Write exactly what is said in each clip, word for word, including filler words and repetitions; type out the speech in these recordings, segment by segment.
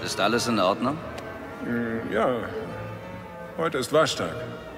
Ist alles in Ordnung? Ja, heute ist Waschtag.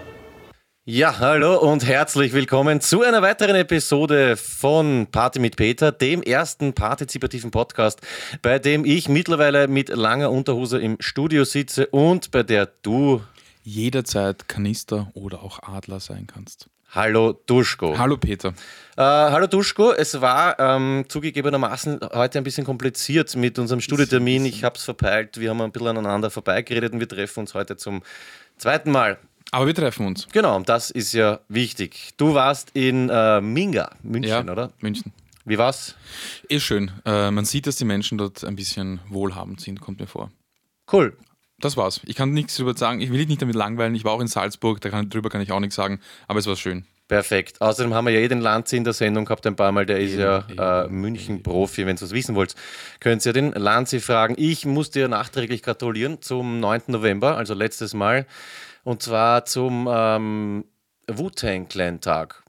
Ja, hallo und herzlich willkommen zu einer weiteren Episode von Party mit Peter, dem ersten partizipativen Podcast, bei dem ich mittlerweile mit langer Unterhose im Studio sitze und bei der du jederzeit Kanister oder auch Adler sein kannst. Hallo Duschko. Hallo Peter. Äh, hallo Duschko, es war ähm, zugegebenermaßen heute ein bisschen kompliziert mit unserem Studiotermin. Ich habe es verpeilt, wir haben ein bisschen aneinander vorbeigeredet und wir treffen uns heute zum zweiten Mal. Aber wir treffen uns. Genau, und das ist ja wichtig. Du warst in äh, Minga, München, ja, oder? München. Wie war's? Ist schön. Äh, man sieht, dass die Menschen dort ein bisschen wohlhabend sind, kommt mir vor. Cool. Das war's. Ich kann nichts darüber sagen. Ich will dich nicht damit langweilen. Ich war auch in Salzburg, da kann, darüber kann ich auch nichts sagen. Aber es war schön. Perfekt. Außerdem haben wir ja eh den Lanzi in der Sendung gehabt ein paar Mal. Der ist eben, ja eben, äh, München-Profi. Wenn ihr es wissen wollt, könnt ihr den Lanzi fragen. Ich muss dir nachträglich gratulieren zum neunten November, also letztes Mal. Und zwar zum ähm, Wu-Tang-Clan-Tag.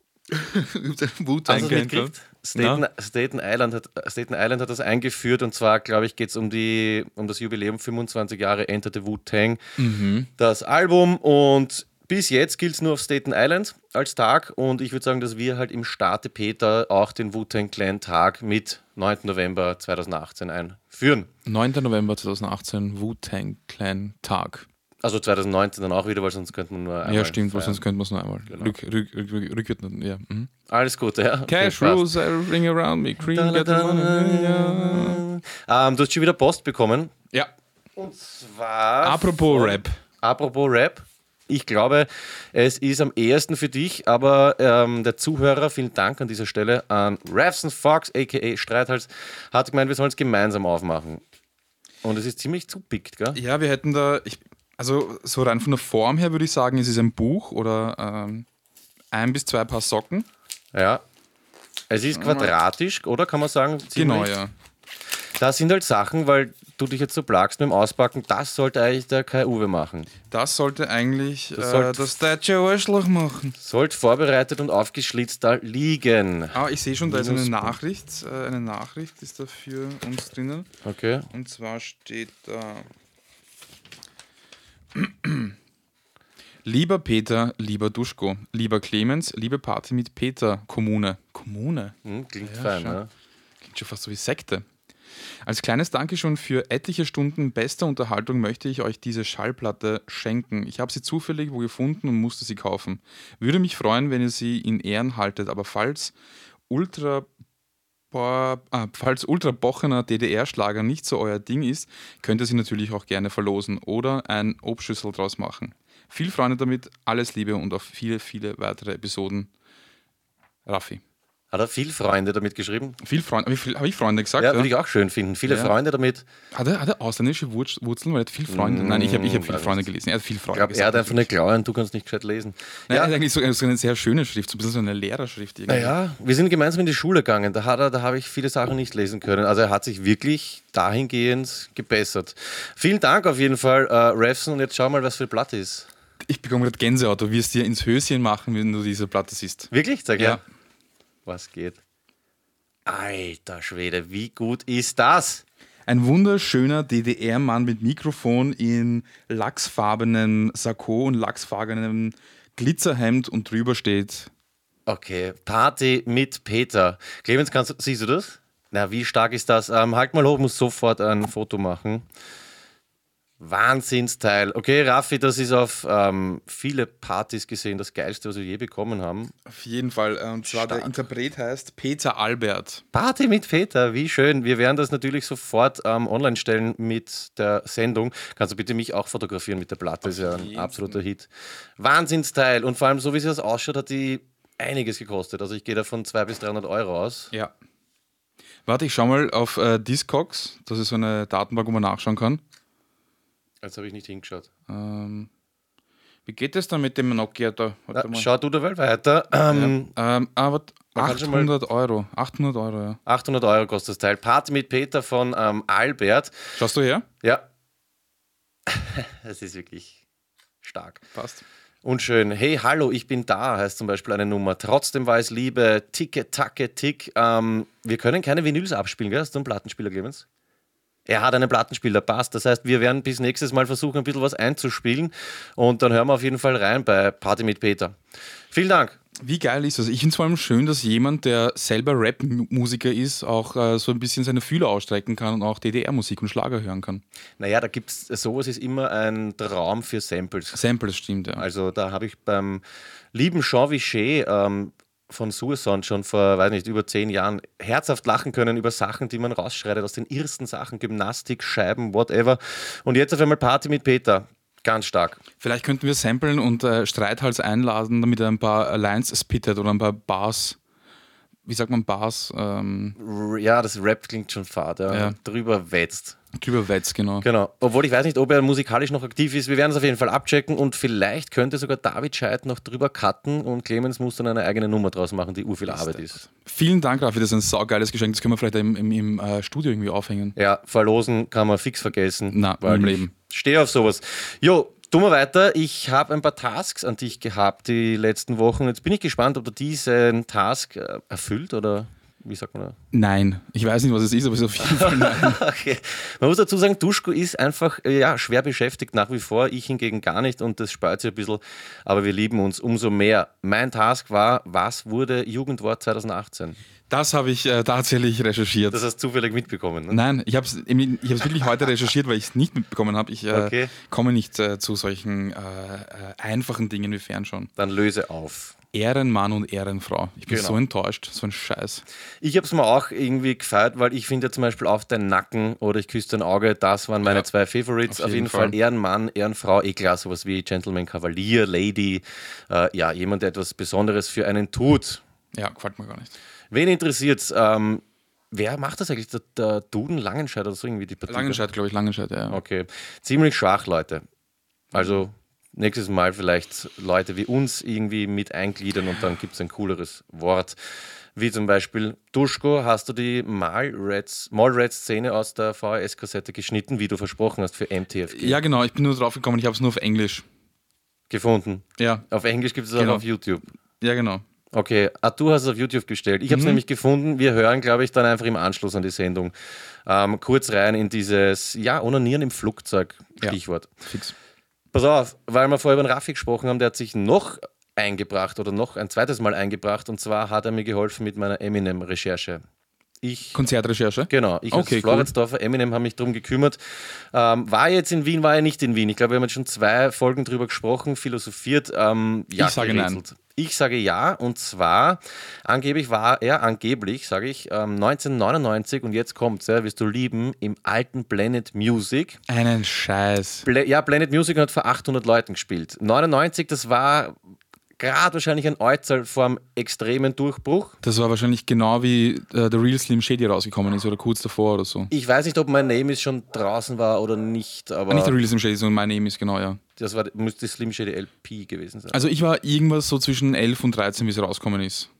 Wu-Tang Clan. Staten, Staten, Island hat, Staten Island hat das eingeführt und zwar, glaube ich, geht es um, die, um das Jubiläum fünfundzwanzig Jahre Enter the Wu-Tang, mhm. das Album, und bis jetzt gilt es nur auf Staten Island als Tag und ich würde sagen, dass wir halt im Staate Peter auch den Wu-Tang Clan Tag mit neunten November zweitausendachtzehn einführen. neunten November zweitausendachtzehn, Wu-Tang Clan Tag. Also zweitausendneunzehn dann auch wieder, weil sonst könnte man nur einmal. Ja, stimmt, weil feiern. sonst könnte man es nur einmal. Genau. Rück, rück, rück, rück, rück, rück, ja. Mhm. Alles Gute, ja. Cash okay, rules everything around me. Cream, da, da, get the money. da. Ähm, du hast schon wieder Post bekommen. Ja. Und zwar. Apropos von, Rap. Apropos Rap. Ich glaube, es ist am ehesten für dich, aber ähm, der Zuhörer, vielen Dank an dieser Stelle an Ravson Fox, aka Streithals, hat gemeint, wir sollen es gemeinsam aufmachen. Und es ist ziemlich zupickt, gell? Ja, wir hätten da, ich, also so rein von der Form her würde ich sagen, es ist ein Buch oder ähm, ein bis zwei Paar Socken. Ja. Es ist quadratisch, oder? Kann man sagen? Genau, Ziemlich. ja. Das sind halt Sachen, weil du dich jetzt so plagst mit dem Auspacken, das sollte eigentlich der Kai Uwe machen. Das sollte eigentlich Das äh, sollte- das Statue Arschloch machen. Sollte vorbereitet und aufgeschlitzt da liegen. Ah, ich sehe schon, da ist eine Minuspunkt. Nachricht. Äh, eine Nachricht ist da für uns drinnen. Okay. Und zwar steht da: Lieber Peter, lieber Duschko, lieber Clemens, liebe Party mit Peter, Kommune. Kommune? Hm, klingt Ja, fein, schon. ne? Klingt schon fast so wie Sekte. Als kleines Dankeschön für etliche Stunden bester Unterhaltung möchte ich euch diese Schallplatte schenken. Ich habe sie zufällig wo gefunden und musste sie kaufen. Würde mich freuen, wenn ihr sie in Ehren haltet, aber falls Ultra, Boah, ah, falls Ultra Bochener D D R-Schlager nicht so euer Ding ist, könnt ihr sie natürlich auch gerne verlosen oder ein Obstschüssel draus machen. Viel Freude damit, alles Liebe und auf viele, viele weitere Episoden. Raffi. Hat er viel Freunde damit geschrieben? Viel Freunde, habe ich, hab ich Freunde gesagt? Ja, würde ich auch schön finden. Viele Ja. Freunde damit. Hat er, hat er ausländische Wurz- Wurzeln, weil er hat viel Freunde? Nein, ich habe ich hab viele weiß Freunde nicht. gelesen. Er hat viel Ich Freunde glaube, er gesagt. hat einfach eine Klaue und du kannst nicht gescheit lesen. Nein, er Ja, hat eigentlich so, so eine sehr schöne Schrift, so ein bisschen so eine Lehrerschrift. Irgendwie. naja, wir sind gemeinsam in die Schule gegangen. Da, hat er, da habe ich viele Sachen nicht lesen können. Also er hat sich wirklich dahingehend gebessert. Vielen Dank auf jeden Fall, äh, Ravson. Und jetzt schau mal, was für eine Platte ist. Ich bekomme gerade Gänsehaut. Du wirst dir ins Höschen machen, wenn du diese Platte siehst. Wirklich? Sag Ja. ja. Was geht? Alter Schwede, wie gut ist das? Ein wunderschöner D D R-Mann mit Mikrofon in lachsfarbenem Sakko und lachsfarbenem Glitzerhemd und drüber steht: Okay, Party mit Peter. Clemens, kannst du, siehst du das? Na, wie stark ist das? Ähm, halt mal hoch, muss sofort ein Foto machen. Wahnsinnsteil. Okay, Raffi, das ist auf ähm, viele Partys gesehen das Geilste, was wir je bekommen haben. Auf jeden Fall. Und zwar Stark. der Interpret heißt Peter Albert. Party mit Peter, wie schön. Wir werden das natürlich sofort ähm, online stellen mit der Sendung. Kannst du bitte mich auch fotografieren mit der Platte? Ist ja ein jeden absoluter Hit. Wahnsinnsteil. Und vor allem, so wie sie das ausschaut, hat die einiges gekostet. Also ich gehe da von zweihundert bis dreihundert Euro aus. Ja. Warte, ich schau mal auf äh, Discogs. Das ist so eine Datenbank, wo man nachschauen kann. Jetzt habe ich nicht hingeschaut. Ähm, wie geht es dann mit dem Nokia da? Warte Ja, mal. schau du derweil weiter. Ähm, Ähm, aber Man kann schon mal- achthundert Euro. achthundert Euro, ja. achthundert Euro kostet das Teil. Party mit Peter von ähm, Albert. Schaust du her? Ja. Es ist wirklich stark. Passt. Und schön. Hey, hallo, ich bin da, heißt zum Beispiel eine Nummer. Trotzdem war es Liebe. Ticke, tacke, tick. Ähm, wir können keine Vinyls abspielen, gell? Hast du einen Plattenspieler, Clemens? Er hat einen Plattenspieler, passt. Das heißt, wir werden bis nächstes Mal versuchen, ein bisschen was einzuspielen und dann hören wir auf jeden Fall rein bei Party mit Peter. Vielen Dank. Wie geil ist das? Ich finde es vor allem schön, dass jemand, der selber Rap-Musiker ist, auch äh, so ein bisschen seine Fühler ausstrecken kann und auch D D R-Musik und Schlager hören kann. Naja, da gibt es, sowas ist immer ein Traum für Samples. Samples, stimmt, ja. Also da habe ich beim lieben Jean Vichet ähm, von Surson schon vor, weiß nicht, über zehn Jahren herzhaft lachen können über Sachen, die man rausschreitet aus den ersten Sachen, Gymnastik, Scheiben, whatever. Und jetzt auf einmal Party mit Peter. Ganz stark. Vielleicht könnten wir samplen und äh, Streithals einladen, damit er ein paar Lines spittet oder ein paar Bars. Wie sagt man Bars? Ähm, Ja, das Rap klingt schon fad, ja. Ja. Drüber wetzt. drüber Wetz, genau. Genau. Obwohl ich weiß nicht, ob er musikalisch noch aktiv ist. Wir werden es auf jeden Fall abchecken und vielleicht könnte sogar David Scheidt noch drüber cutten und Clemens muss dann eine eigene Nummer draus machen, die urviel Arbeit ist. Vielen Dank, Raffi, das ist ein saugeiles Geschenk. Das können wir vielleicht im, im, im äh, Studio irgendwie aufhängen. Ja, verlosen kann man fix vergessen. Na, weil im ich Leben. Stehe auf sowas. Jo, tun wir weiter. Ich habe ein paar Tasks an dich gehabt die letzten Wochen. Jetzt bin ich gespannt, ob du diesen Task äh, erfüllt oder wie sagt man da? Nein, ich weiß nicht, was es ist, aber es ist auf jeden Fall nein. Okay. Man muss dazu sagen, Duschko ist einfach äh, ja, schwer beschäftigt nach wie vor. Ich hingegen gar nicht und das spart sich ein bisschen. Aber wir lieben uns umso mehr. Mein Task war, was wurde Jugendwort zwanzig achtzehn? Das habe ich äh, tatsächlich recherchiert. Das hast du zufällig mitbekommen. Ne? Nein, ich habe es ich wirklich heute recherchiert, weil ich es nicht mitbekommen habe. Ich äh, Okay. komme nicht äh, zu solchen äh, äh, einfachen Dingen wie Fernschauen. Dann löse auf. Ehrenmann und Ehrenfrau. Ich bin Genau. so enttäuscht. So ein Scheiß. Ich habe es mir auch irgendwie gefeiert, weil ich finde ja zum Beispiel Auf deinen Nacken oder Ich küsse dein Auge, das waren meine Ja, zwei Favorites. auf Auf jeden jeden Fall Fall. Ehrenmann, Ehrenfrau, eh klar, sowas wie Gentleman, Kavalier, Lady, äh, ja, jemand, der etwas Besonderes für einen tut. Ja, gefällt mir gar nicht. Wen interessiert ähm, wer macht das eigentlich? Der, der Duden Langenscheid oder so irgendwie die Partie? Langenscheid, glaube ich, Langenscheid, ja. Okay, ziemlich schwach, Leute. Also nächstes Mal vielleicht Leute wie uns irgendwie mit eingliedern und dann gibt es ein cooleres Wort. Wie zum Beispiel, Duschko, hast du die Mallrats-Szene aus der V H S-Kassette geschnitten, wie du versprochen hast, für M T F G Ja, genau, ich bin nur drauf gekommen, ich habe es nur auf Englisch. gefunden? Ja, Auf Englisch gibt es es Genau. auch auf YouTube. ja, genau. Okay, ah, du hast es auf YouTube gestellt. Ich habe es Mhm. nämlich gefunden. Wir hören, glaube ich, dann einfach im Anschluss an die Sendung ähm, kurz rein in dieses, ja, Onanieren im Flugzeug, Ja. Stichwort. Fix. Pass auf, weil wir vorher über den Raffi gesprochen haben, der hat sich noch eingebracht oder noch ein zweites Mal eingebracht und zwar hat er mir geholfen mit meiner Eminem-Recherche. Ich, Konzertrecherche? genau, ich Okay, als Floridsdorfer Eminem habe mich darum gekümmert. Ähm, war jetzt in Wien, war er nicht in Wien. Ich glaube, wir haben jetzt schon zwei Folgen drüber gesprochen, philosophiert. Ähm, ja, Ich sage gerätselt. Ich sage ja, und zwar angeblich war er, angeblich, sage ich, ähm, neunzehnhundertneunundneunzig und jetzt kommt's, ja, wirst du lieben, im alten Planet Music. Einen Scheiß. Pla- ja, Planet Music hat vor achthundert Leuten gespielt. neunundneunzig, das war gerade wahrscheinlich ein Äußerl vor einem extremen Durchbruch. Das war wahrscheinlich genau wie äh, The Real Slim Shady rausgekommen ist oder kurz davor oder so. Ich weiß nicht, ob mein Name ist schon draußen war oder nicht, aber Nicht The Real Slim Shady, sondern My Name is, genau, ja. das war, müsste Slim Shady L P gewesen sein. Also ich war irgendwas so zwischen elf und dreizehn, wie es rausgekommen ist.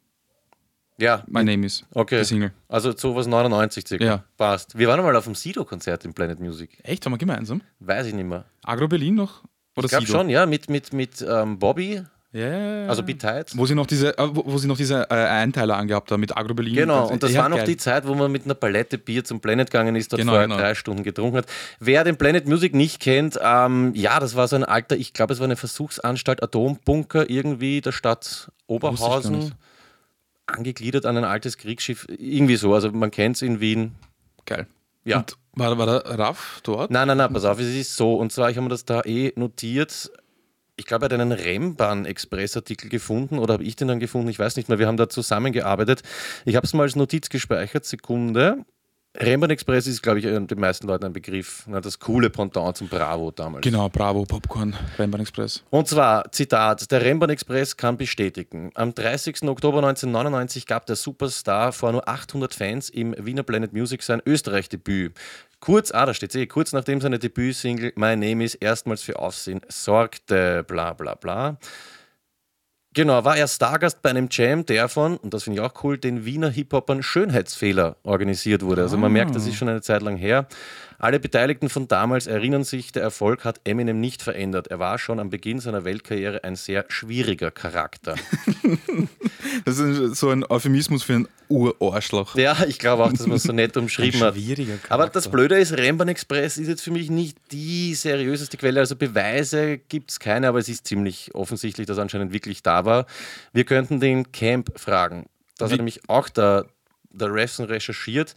Ja, My Name is, okay. die Single. Also sowas neunundneunzig circa. Ja. Passt. Wir waren einmal auf dem Sido-Konzert im Planet Music. Echt, waren wir gemeinsam? Weiß ich nicht mehr. Agro Berlin noch? Oder Ich glaube Sido? schon, ja, mit, mit, mit ähm, Bobby, Ja, ja, ja. also B-Tight. Wo sie noch diese, äh, wo, wo sie noch diese äh, Einteiler angehabt haben mit Agro Berlin. Genau, und das ja, war noch geil. die Zeit, wo man mit einer Palette Bier zum Planet gegangen ist, dort Genau, vorher genau. drei Stunden getrunken hat. Wer den Planet Music nicht kennt, ähm, ja, das war so ein alter, ich glaube, es war eine Versuchsanstalt, Atombunker irgendwie der Stadt Wusste ich gar Oberhausen, nicht. angegliedert an ein altes Kriegsschiff, irgendwie so, also man kennt es in Wien. Geil. Ja. Und war, war der Raff dort? Nein, nein, nein, pass auf, es ist so, und zwar, ich habe mir das da eh notiert, ich glaube, er hat einen Rennbahn-Express-Artikel gefunden oder habe ich den dann gefunden? Ich weiß nicht mehr. Wir haben da zusammengearbeitet. Ich habe es mal als Notiz gespeichert. Sekunde. Rennbahn-Express ist, glaube ich, den meisten Leuten ein Begriff. Na, das coole Pendant zum Bravo damals. Genau, Bravo, Popcorn, Rheinbahn Express. Und zwar, Zitat, der Rennbahn-Express kann bestätigen, am dreißigsten Oktober neunzehnhundertneunundneunzig gab der Superstar vor nur achthundert Fans im Wiener Planet Music sein Österreich-Debüt. Kurz, ah, da steht eh, kurz nachdem seine Debütsingle My Name is erstmals für Aufsehen sorgte, bla bla bla. Genau, war er Stargast bei einem Jam, der von, und das finde ich auch cool, den Wiener Hip-Hopern Schönheitsfehler organisiert wurde. Also man merkt, das ist schon eine Zeit lang her. Alle Beteiligten von damals erinnern sich, der Erfolg hat Eminem nicht verändert. Er war schon am Beginn seiner Weltkarriere ein sehr schwieriger Charakter. Das ist so ein Euphemismus für ein Urarschloch. Ja, ich glaube auch, dass man es so nett umschrieben hat. Schwieriger Charakter. Aber das Blöde ist, Rennbahn Express ist jetzt für mich nicht die seriöseste Quelle. Also Beweise gibt es keine, aber es ist ziemlich offensichtlich, dass er anscheinend wirklich da war. Wir könnten den Camp fragen. Das Wie? hat nämlich auch der, der Refson recherchiert.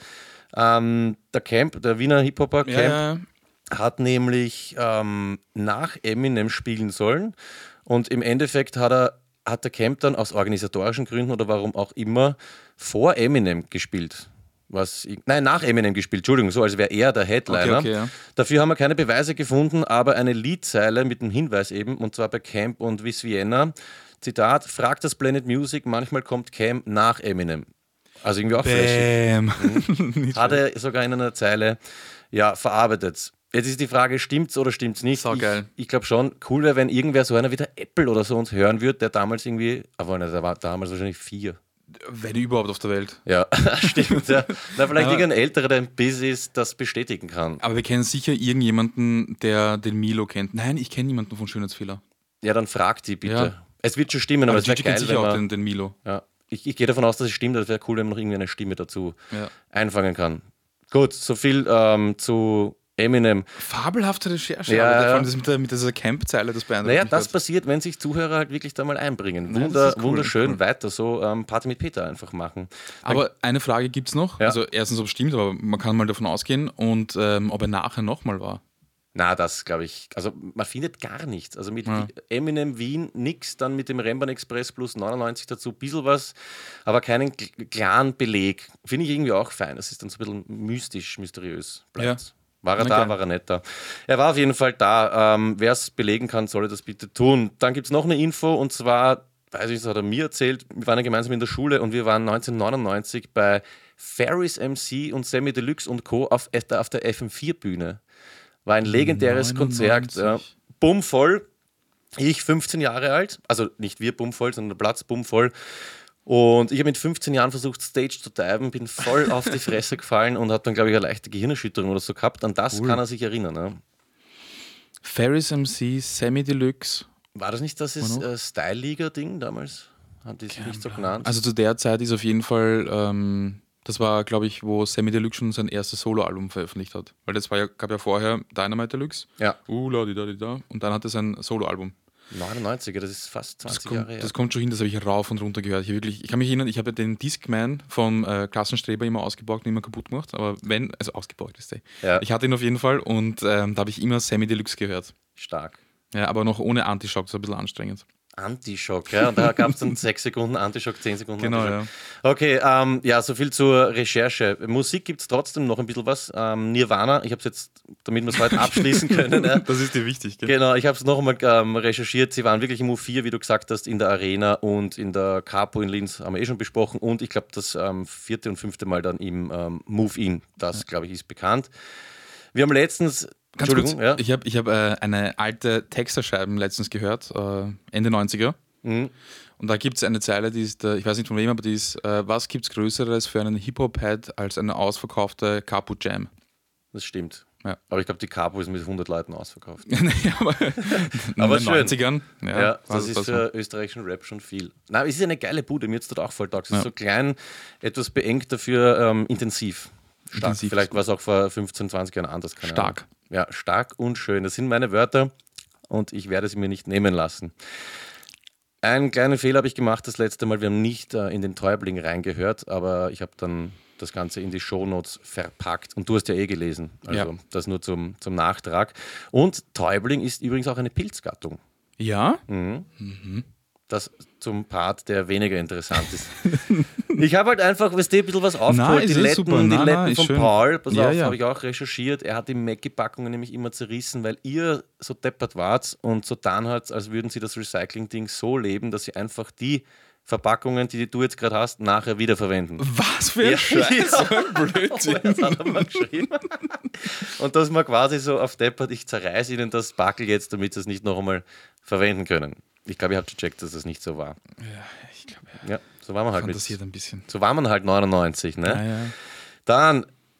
Ähm, der Camp, der Wiener Hip-Hopper Camp, Ja, ja. hat nämlich ähm, nach Eminem spielen sollen und im Endeffekt hat er hat der Camp dann aus organisatorischen Gründen oder warum auch immer vor Eminem gespielt. Was, ich- nein, nach Eminem gespielt, Entschuldigung, so als wäre er der Headliner. Okay, okay, ja. Dafür haben wir keine Beweise gefunden, aber eine Liedzeile mit einem Hinweis eben, und zwar bei Camp und Vis Vienna. Zitat, fragt das Planet Music, manchmal kommt Camp nach Eminem. Also irgendwie auch flashy. Bäm. Hat er sogar in einer Zeile ja, verarbeitet. Jetzt ist die Frage, stimmt's oder stimmt's nicht? Saugeil. Ich, ich glaube schon, cool wäre, wenn irgendwer so einer wie der Apple oder so uns hören würde, der damals irgendwie, aber ne, der war damals wahrscheinlich vier. Wenn überhaupt auf der Welt. Ja, stimmt. Ja. Na, vielleicht Aber- irgendein älterer, der ein Busy ist, das bestätigen kann. Aber wir kennen sicher irgendjemanden, der den Milo kennt. Nein, ich kenne niemanden von Schönheitsfehler. Ja, dann fragt die bitte. Ja. Es wird schon stimmen, aber, Aber es wäre Gigi kennt geil, sicher wenn auch man, den, den Milo. ja, ich, ich gehe davon aus, dass es stimmt, das wäre cool, wenn man noch irgendwie eine Stimme dazu Ja. einfangen kann. Gut, so viel ähm, zu Eminem. Fabelhafte Recherche, Ja, aber ja. vor allem das mit, der, mit dieser Camp-Zeile, das beeindruckt Naja, mich das grad. passiert, wenn sich Zuhörer halt wirklich da mal einbringen. Nein, Wunder, das ist cool, wunderschön, cool. weiter so ähm, Party mit Peter einfach machen. Aber eine Frage gibt es noch. Ja. Also erstens, ob es stimmt, aber man kann mal davon ausgehen. Und ähm, ob er nachher nochmal war. Na, das glaube ich, also man findet gar nichts. Also mit Ja. Eminem Wien nix, dann mit dem Rennbahn Express plus neunundneunzig dazu ein bisschen was, aber keinen kl- klaren Beleg. Finde ich irgendwie auch fein. Das ist dann so ein bisschen mystisch, mysteriös bleibt. Ja. War er Na da, geil. war er nicht da? Er war auf jeden Fall da. Ähm, Wer es belegen kann, solle das bitte tun. Dann gibt es noch eine Info und zwar, weiß ich, das hat er mir erzählt, wir waren ja gemeinsam in der Schule und wir waren neunzehnhundertneunundneunzig bei Ferris M C und Sammy Deluxe und Co. auf, auf der F M vier Bühne. War ein legendäres Konzert. Ja. neunundneunzig. Bummvoll. Ich fünfzehn Jahre alt, also nicht wir bummvoll, sondern der Platz bummvoll. Und ich habe mit fünfzehn Jahren versucht, Stage zu diven, bin voll auf die Fresse gefallen und habe dann, glaube ich, eine leichte Gehirnerschütterung oder so gehabt. An das Cool. kann er sich erinnern. Ne? Ferris M C, Sammy Deluxe. War das nicht das ist, War noch? äh, Style-Liga-Ding damals? Haben die es nicht so genannt? Also zu der Zeit ist auf jeden Fall, ähm, das war, glaube ich, wo Sammy Deluxe schon sein erstes Soloalbum veröffentlicht hat. Weil das war ja, gab ja vorher Dynamite Deluxe. ja, Uh, la, di, da, di, da. Und dann hat er sein Soloalbum. neunundneunziger, das ist fast Das zwanzig kommt, Jahre her. das kommt schon hin, das habe ich rauf und runter gehört. Ich, wirklich, ich kann mich erinnern, ich habe ja den Discman vom äh, Klassenstreber immer ausgeborgt und immer kaputt gemacht. Aber wenn, also ausgeborgt ist der. Ja. Ich hatte ihn auf jeden Fall und ähm, da habe ich immer Sammy Deluxe gehört. Stark. Ja, aber noch ohne Antischock, das war ein bisschen anstrengend. Antischock, ja, und da gab es dann sechs Sekunden Antischock, zehn Sekunden Genau, Antischock. ja. Okay, ähm, ja, so viel zur Recherche. Musik gibt es trotzdem noch ein bisschen was. Ähm, Nirvana, ich habe es jetzt, damit wir es heute abschließen können. Ja. Das ist dir wichtig, gell? Genau, ich habe es noch einmal ähm, recherchiert. Sie waren wirklich im U vier, wie du gesagt hast, in der Arena und in der Capo in Linz, haben wir eh schon besprochen. Und ich glaube, das ähm, vierte und fünfte Mal dann im ähm, Move-In. Das, glaube ich, ist bekannt. Wir haben letztens. Ganz kurz, Entschuldigung, ja. ich habe ich hab, äh, eine alte Texterscheiben letztens gehört, äh, Ende neunziger. Mhm. Und da gibt es eine Zeile, die ist, äh, ich weiß nicht von wem, aber die ist, äh, was gibt's Größeres für einen Hip-Hop-Head als eine ausverkaufte Capo Jam? Das stimmt. Ja. Aber ich glaube, die Capo ist mit hundert Leuten ausverkauft. Naja, aber Aber in den schön. neunzigern. Ja, Ja, das also ist das für österreichischen Rap schon viel. Nein, es ist eine geile Bude, mir jetzt dort auch voll taugt. Es ist Ja. so klein, etwas beengt, dafür ähm, intensiv. Stark. Intensiv Vielleicht ist war es auch vor fünfzehn, zwanzig Jahren anders. Keine Stark. Ahnung. Ja, stark und schön. Das sind meine Wörter und ich werde sie mir nicht nehmen lassen. Einen kleinen Fehler habe ich gemacht das letzte Mal. Wir haben nicht äh, in den Täubling reingehört, aber ich habe dann das Ganze in die Shownotes verpackt. Und du hast ja eh gelesen. Also Ja. das nur zum, zum Nachtrag. Und Täubling ist übrigens auch eine Pilzgattung. Ja? Das zum Part, der weniger interessant ist. Ich habe halt einfach, weißt du, ein bisschen was aufgeholt. Nein, ist die eh Letten, super. die Nein, Letten nein, ist von schön. Paul, pass Ja, auf, ja. habe ich auch recherchiert. Er hat die Mackie-Packungen nämlich immer zerrissen, weil ihr so deppert wart und so getan hat, als würden sie das Recycling-Ding so leben, dass sie einfach die Verpackungen, die du jetzt gerade hast, nachher wiederverwenden. Was für ein Ja, Scheiß, ja. so ein Blödsinn. Das hat er mal geschrieben. Und dass man quasi so auf deppert, ich zerreiße ihnen das Backel jetzt, damit sie es nicht noch einmal verwenden können. Ich glaube, ihr habt gecheckt, dass das nicht so war. Ja, ich glaube, Ja, so war man halt mit. fantasiert ein bisschen. So war man halt neunundneunzig, ne? Ja, ja. Dann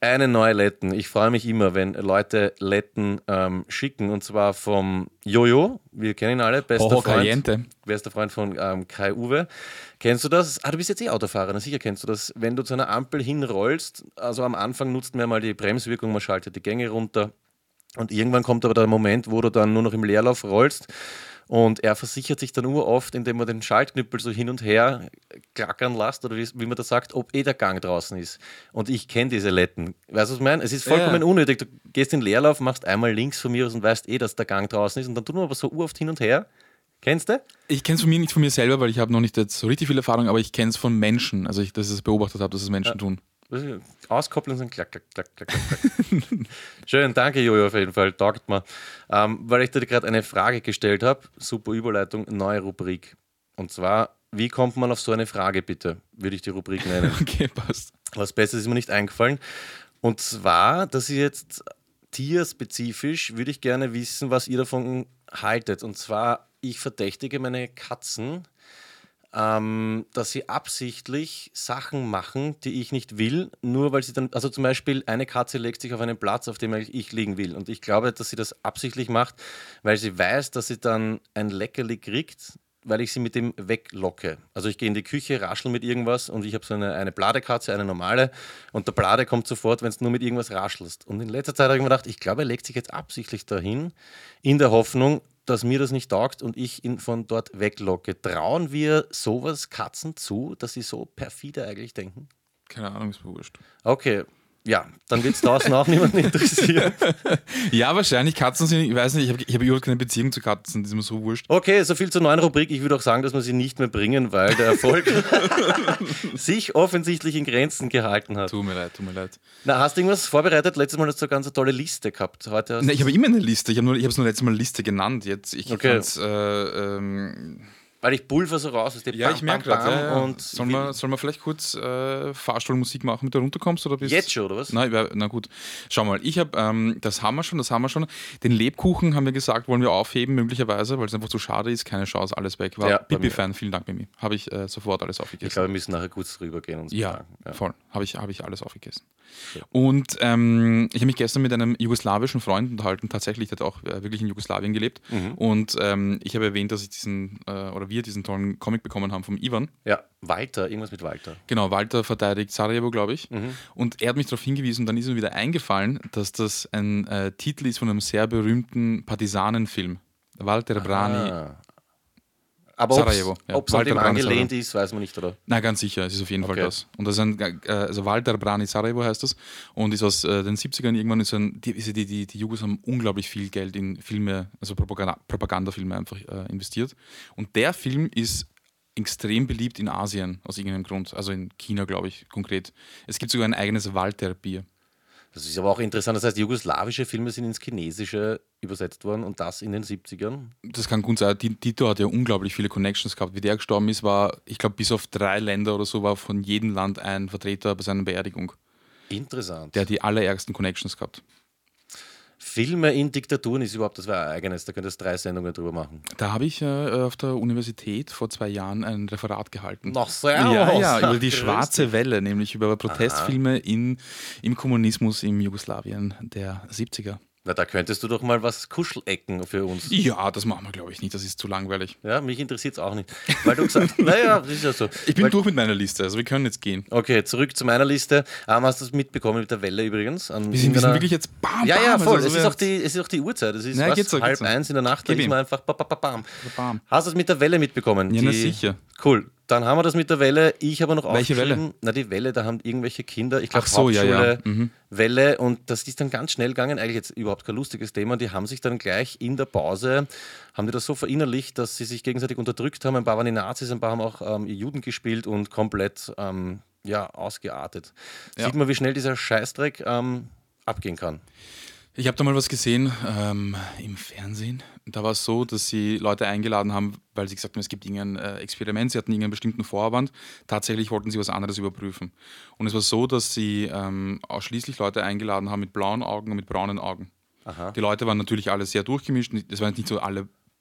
Eine neue Letten. Ich freue mich immer, wenn Leute Letten ähm, schicken. Und zwar vom Jojo. Wir kennen ihn alle. Bester Hoho Freund. Caliente. Bester Freund von ähm, Kai-Uwe. Kennst du das? Ah, du bist jetzt eh Autofahrer. Na sicher kennst du das. Wenn du zu einer Ampel hinrollst, also am Anfang nutzt man ja mal die Bremswirkung, man schaltet die Gänge runter. Und irgendwann kommt aber der Moment, wo du dann nur noch im Leerlauf rollst. Und er versichert sich dann uroft, indem man den Schaltknüppel so hin und her klackern lässt, oder wie, wie man das sagt, ob eh der Gang draußen ist. Und ich kenne diese Letten. Weißt du, was ich meine? Es ist vollkommen Ja. unnötig. Du gehst in den Leerlauf, machst einmal links von mir aus und weißt eh, dass der Gang draußen ist. Und dann tun wir aber so uroft hin und her. Kennst du? Ich kenne es von mir nicht von mir selber, weil ich habe noch nicht jetzt so richtig viel Erfahrung, aber ich kenne es von Menschen. Also, ich, dass ich es beobachtet habe, dass es Menschen Ja. tun. Auskoppeln und dann klack, klack, klack, klack, klack. Schön, danke Jojo auf jeden Fall, taugt mir. Ähm, weil ich dir gerade eine Frage gestellt habe, super Überleitung, neue Rubrik. Und zwar, wie kommt man auf so eine Frage bitte, würde ich die Rubrik nennen. Okay, passt. Was Besseres ist mir nicht eingefallen. Und zwar, dass ihr jetzt tierspezifisch, würde ich gerne wissen, was ihr davon haltet. Und zwar, ich verdächtige meine Katzen, Ähm, dass sie absichtlich Sachen machen, die ich nicht will, nur weil sie dann, also zum Beispiel eine Katze legt sich auf einen Platz, auf dem ich liegen will, und ich glaube, dass sie das absichtlich macht, weil sie weiß, dass sie dann ein Leckerli kriegt, weil ich sie mit dem weglocke. Also ich gehe in die Küche, raschel mit irgendwas und ich habe so eine, eine Bladekatze, eine normale, und der Blade kommt sofort, wenn du nur mit irgendwas raschelst. Und in letzter Zeit habe ich mir gedacht, ich glaube, er legt sich jetzt absichtlich dahin, in der Hoffnung, dass mir das nicht taugt und ich ihn von dort weglocke. Trauen wir sowas Katzen zu, dass sie so perfide eigentlich denken? Keine Ahnung, ist mir wurscht. Okay, ja, dann wird es draußen auch niemanden interessieren. Ja, wahrscheinlich. Katzen sind, ich weiß nicht, ich habe ich hab überhaupt keine Beziehung zu Katzen, das ist mir so wurscht. Okay, so viel zur neuen Rubrik. Ich würde auch sagen, dass wir sie nicht mehr bringen, weil der Erfolg sich offensichtlich in Grenzen gehalten hat. Tut mir leid, tut mir leid. Na, hast du irgendwas vorbereitet? Letztes Mal hast du eine ganz tolle Liste gehabt. Heute hast Ne, ich habe immer eine Liste. Ich habe es nur letztes Mal Liste genannt. Jetzt, ich Okay. kann's, äh, ähm, weil ich pulver so raus. Ist ja, ich merke gerade. Ja, ja. Und Sollen wir, sollen wir vielleicht kurz äh, Fahrstuhlmusik machen, damit du runterkommst? Oder bist jetzt schon, oder was? Nein, na, na gut. Schau mal, ich habe, ähm, das haben wir schon, das haben wir schon. Den Lebkuchen haben wir gesagt, wollen wir aufheben, möglicherweise, weil es einfach zu schade ist. Keine Chance, alles weg. War Ja, bei mir. Bibi-Fan, vielen Dank, Mimi. Habe ich äh, sofort alles Ich aufgegessen. glaube, wir müssen nachher kurz drüber gehen und Ja, sagen. Ja. voll. Habe ich, hab ich alles aufgegessen. Und ähm, ich habe mich gestern mit einem jugoslawischen Freund unterhalten, tatsächlich, der hat auch äh, wirklich in Jugoslawien gelebt. Mhm. Und ähm, ich habe erwähnt, dass ich diesen, äh, oder wir diesen tollen Comic bekommen haben vom Ivan. Ja, Walter, irgendwas mit Walter. Genau, Walter verteidigt Sarajevo, glaube ich. Mhm. Und er hat mich darauf hingewiesen, dann ist mir wieder eingefallen, dass das ein äh, Titel ist von einem sehr berühmten Partisanenfilm. Walter Brani. Ah. Aber Sarajevo, ja. ob es an dem Walter Brani angelehnt Sarajevo. ist, weiß man nicht, oder? Na, ganz sicher, es ist auf jeden Okay. Fall das. Und das ist ein, äh, also Walter Brani Sarajevo heißt das und ist aus äh, den siebzigern irgendwann, ist ein, die, die, die, die Jugos haben unglaublich viel Geld in Filme, also Propaganda, Propagandafilme einfach äh, investiert. Und der Film ist extrem beliebt in Asien, aus irgendeinem Grund, also in China, glaube ich, konkret. Es gibt sogar ein eigenes Walter-Bier. Das ist aber auch interessant. Das heißt, jugoslawische Filme sind ins Chinesische übersetzt worden und das in den siebzigern. Das kann gut sein. Tito hat ja unglaublich viele Connections gehabt. Wie der gestorben ist, war, ich glaube, bis auf drei Länder oder so, war von jedem Land ein Vertreter bei seiner Beerdigung. Interessant. Der hat die allerärgsten Connections gehabt. Filme in Diktaturen ist überhaupt das war eigenes. Da könntest du drei Sendungen drüber machen. Da habe ich äh, auf der Universität vor zwei Jahren ein Referat gehalten. Noch servus. Ja, ja, über die Grüß schwarze Welle, nämlich über Protestfilme in, im Kommunismus im Jugoslawien der siebziger. Na, da könntest du doch mal was Kuschelecken für uns. Ja, das machen wir, glaube ich, nicht. Das ist zu langweilig. Ja, mich interessiert es auch nicht. Weil du gesagt naja, das ist ja so. Ich bin Weil, durch mit meiner Liste, also wir können jetzt gehen. okay, zurück zu meiner Liste. Ähm, hast du das mitbekommen mit der Welle übrigens? An Wir sind, wir sind irgendeiner- wirklich jetzt bam, Ja, ja, bam, voll. also es, wir- ist auch die, es ist auch die Uhrzeit. Es ist Nein, was, geht so, geht halb so. eins in der Nacht. Da Gib ist ihm. man einfach bam, bam, bam. Bam. Hast du es mit der Welle mitbekommen? Ja, na Die- sicher. Cool. Dann haben wir das mit der Welle. Ich habe noch Welche aufgeschrieben. Welle? Na, die Welle, da haben irgendwelche Kinder, ich glaube Ach so, ja, Hauptschule, ja. Mhm. Welle, und das ist dann ganz schnell gegangen. Eigentlich jetzt überhaupt kein lustiges Thema. Die haben sich dann gleich in der Pause, haben die das so verinnerlicht, dass sie sich gegenseitig unterdrückt haben. Ein paar waren die Nazis, ein paar haben auch ähm, Juden gespielt und komplett ähm, ja, ausgeartet. Ja. Sieht man, wie schnell dieser Scheißdreck ähm, abgehen kann. Ich habe da mal was gesehen ähm, im Fernsehen. Da war es so, dass sie Leute eingeladen haben, weil sie gesagt haben, es gibt irgendein äh, Experiment, sie hatten irgendeinen bestimmten Vorwand. Tatsächlich wollten sie was anderes überprüfen. Und es war so, dass sie ähm, ausschließlich Leute eingeladen haben mit blauen Augen und mit braunen Augen. Aha. Die Leute waren natürlich alle sehr durchgemischt. Es waren nicht so alle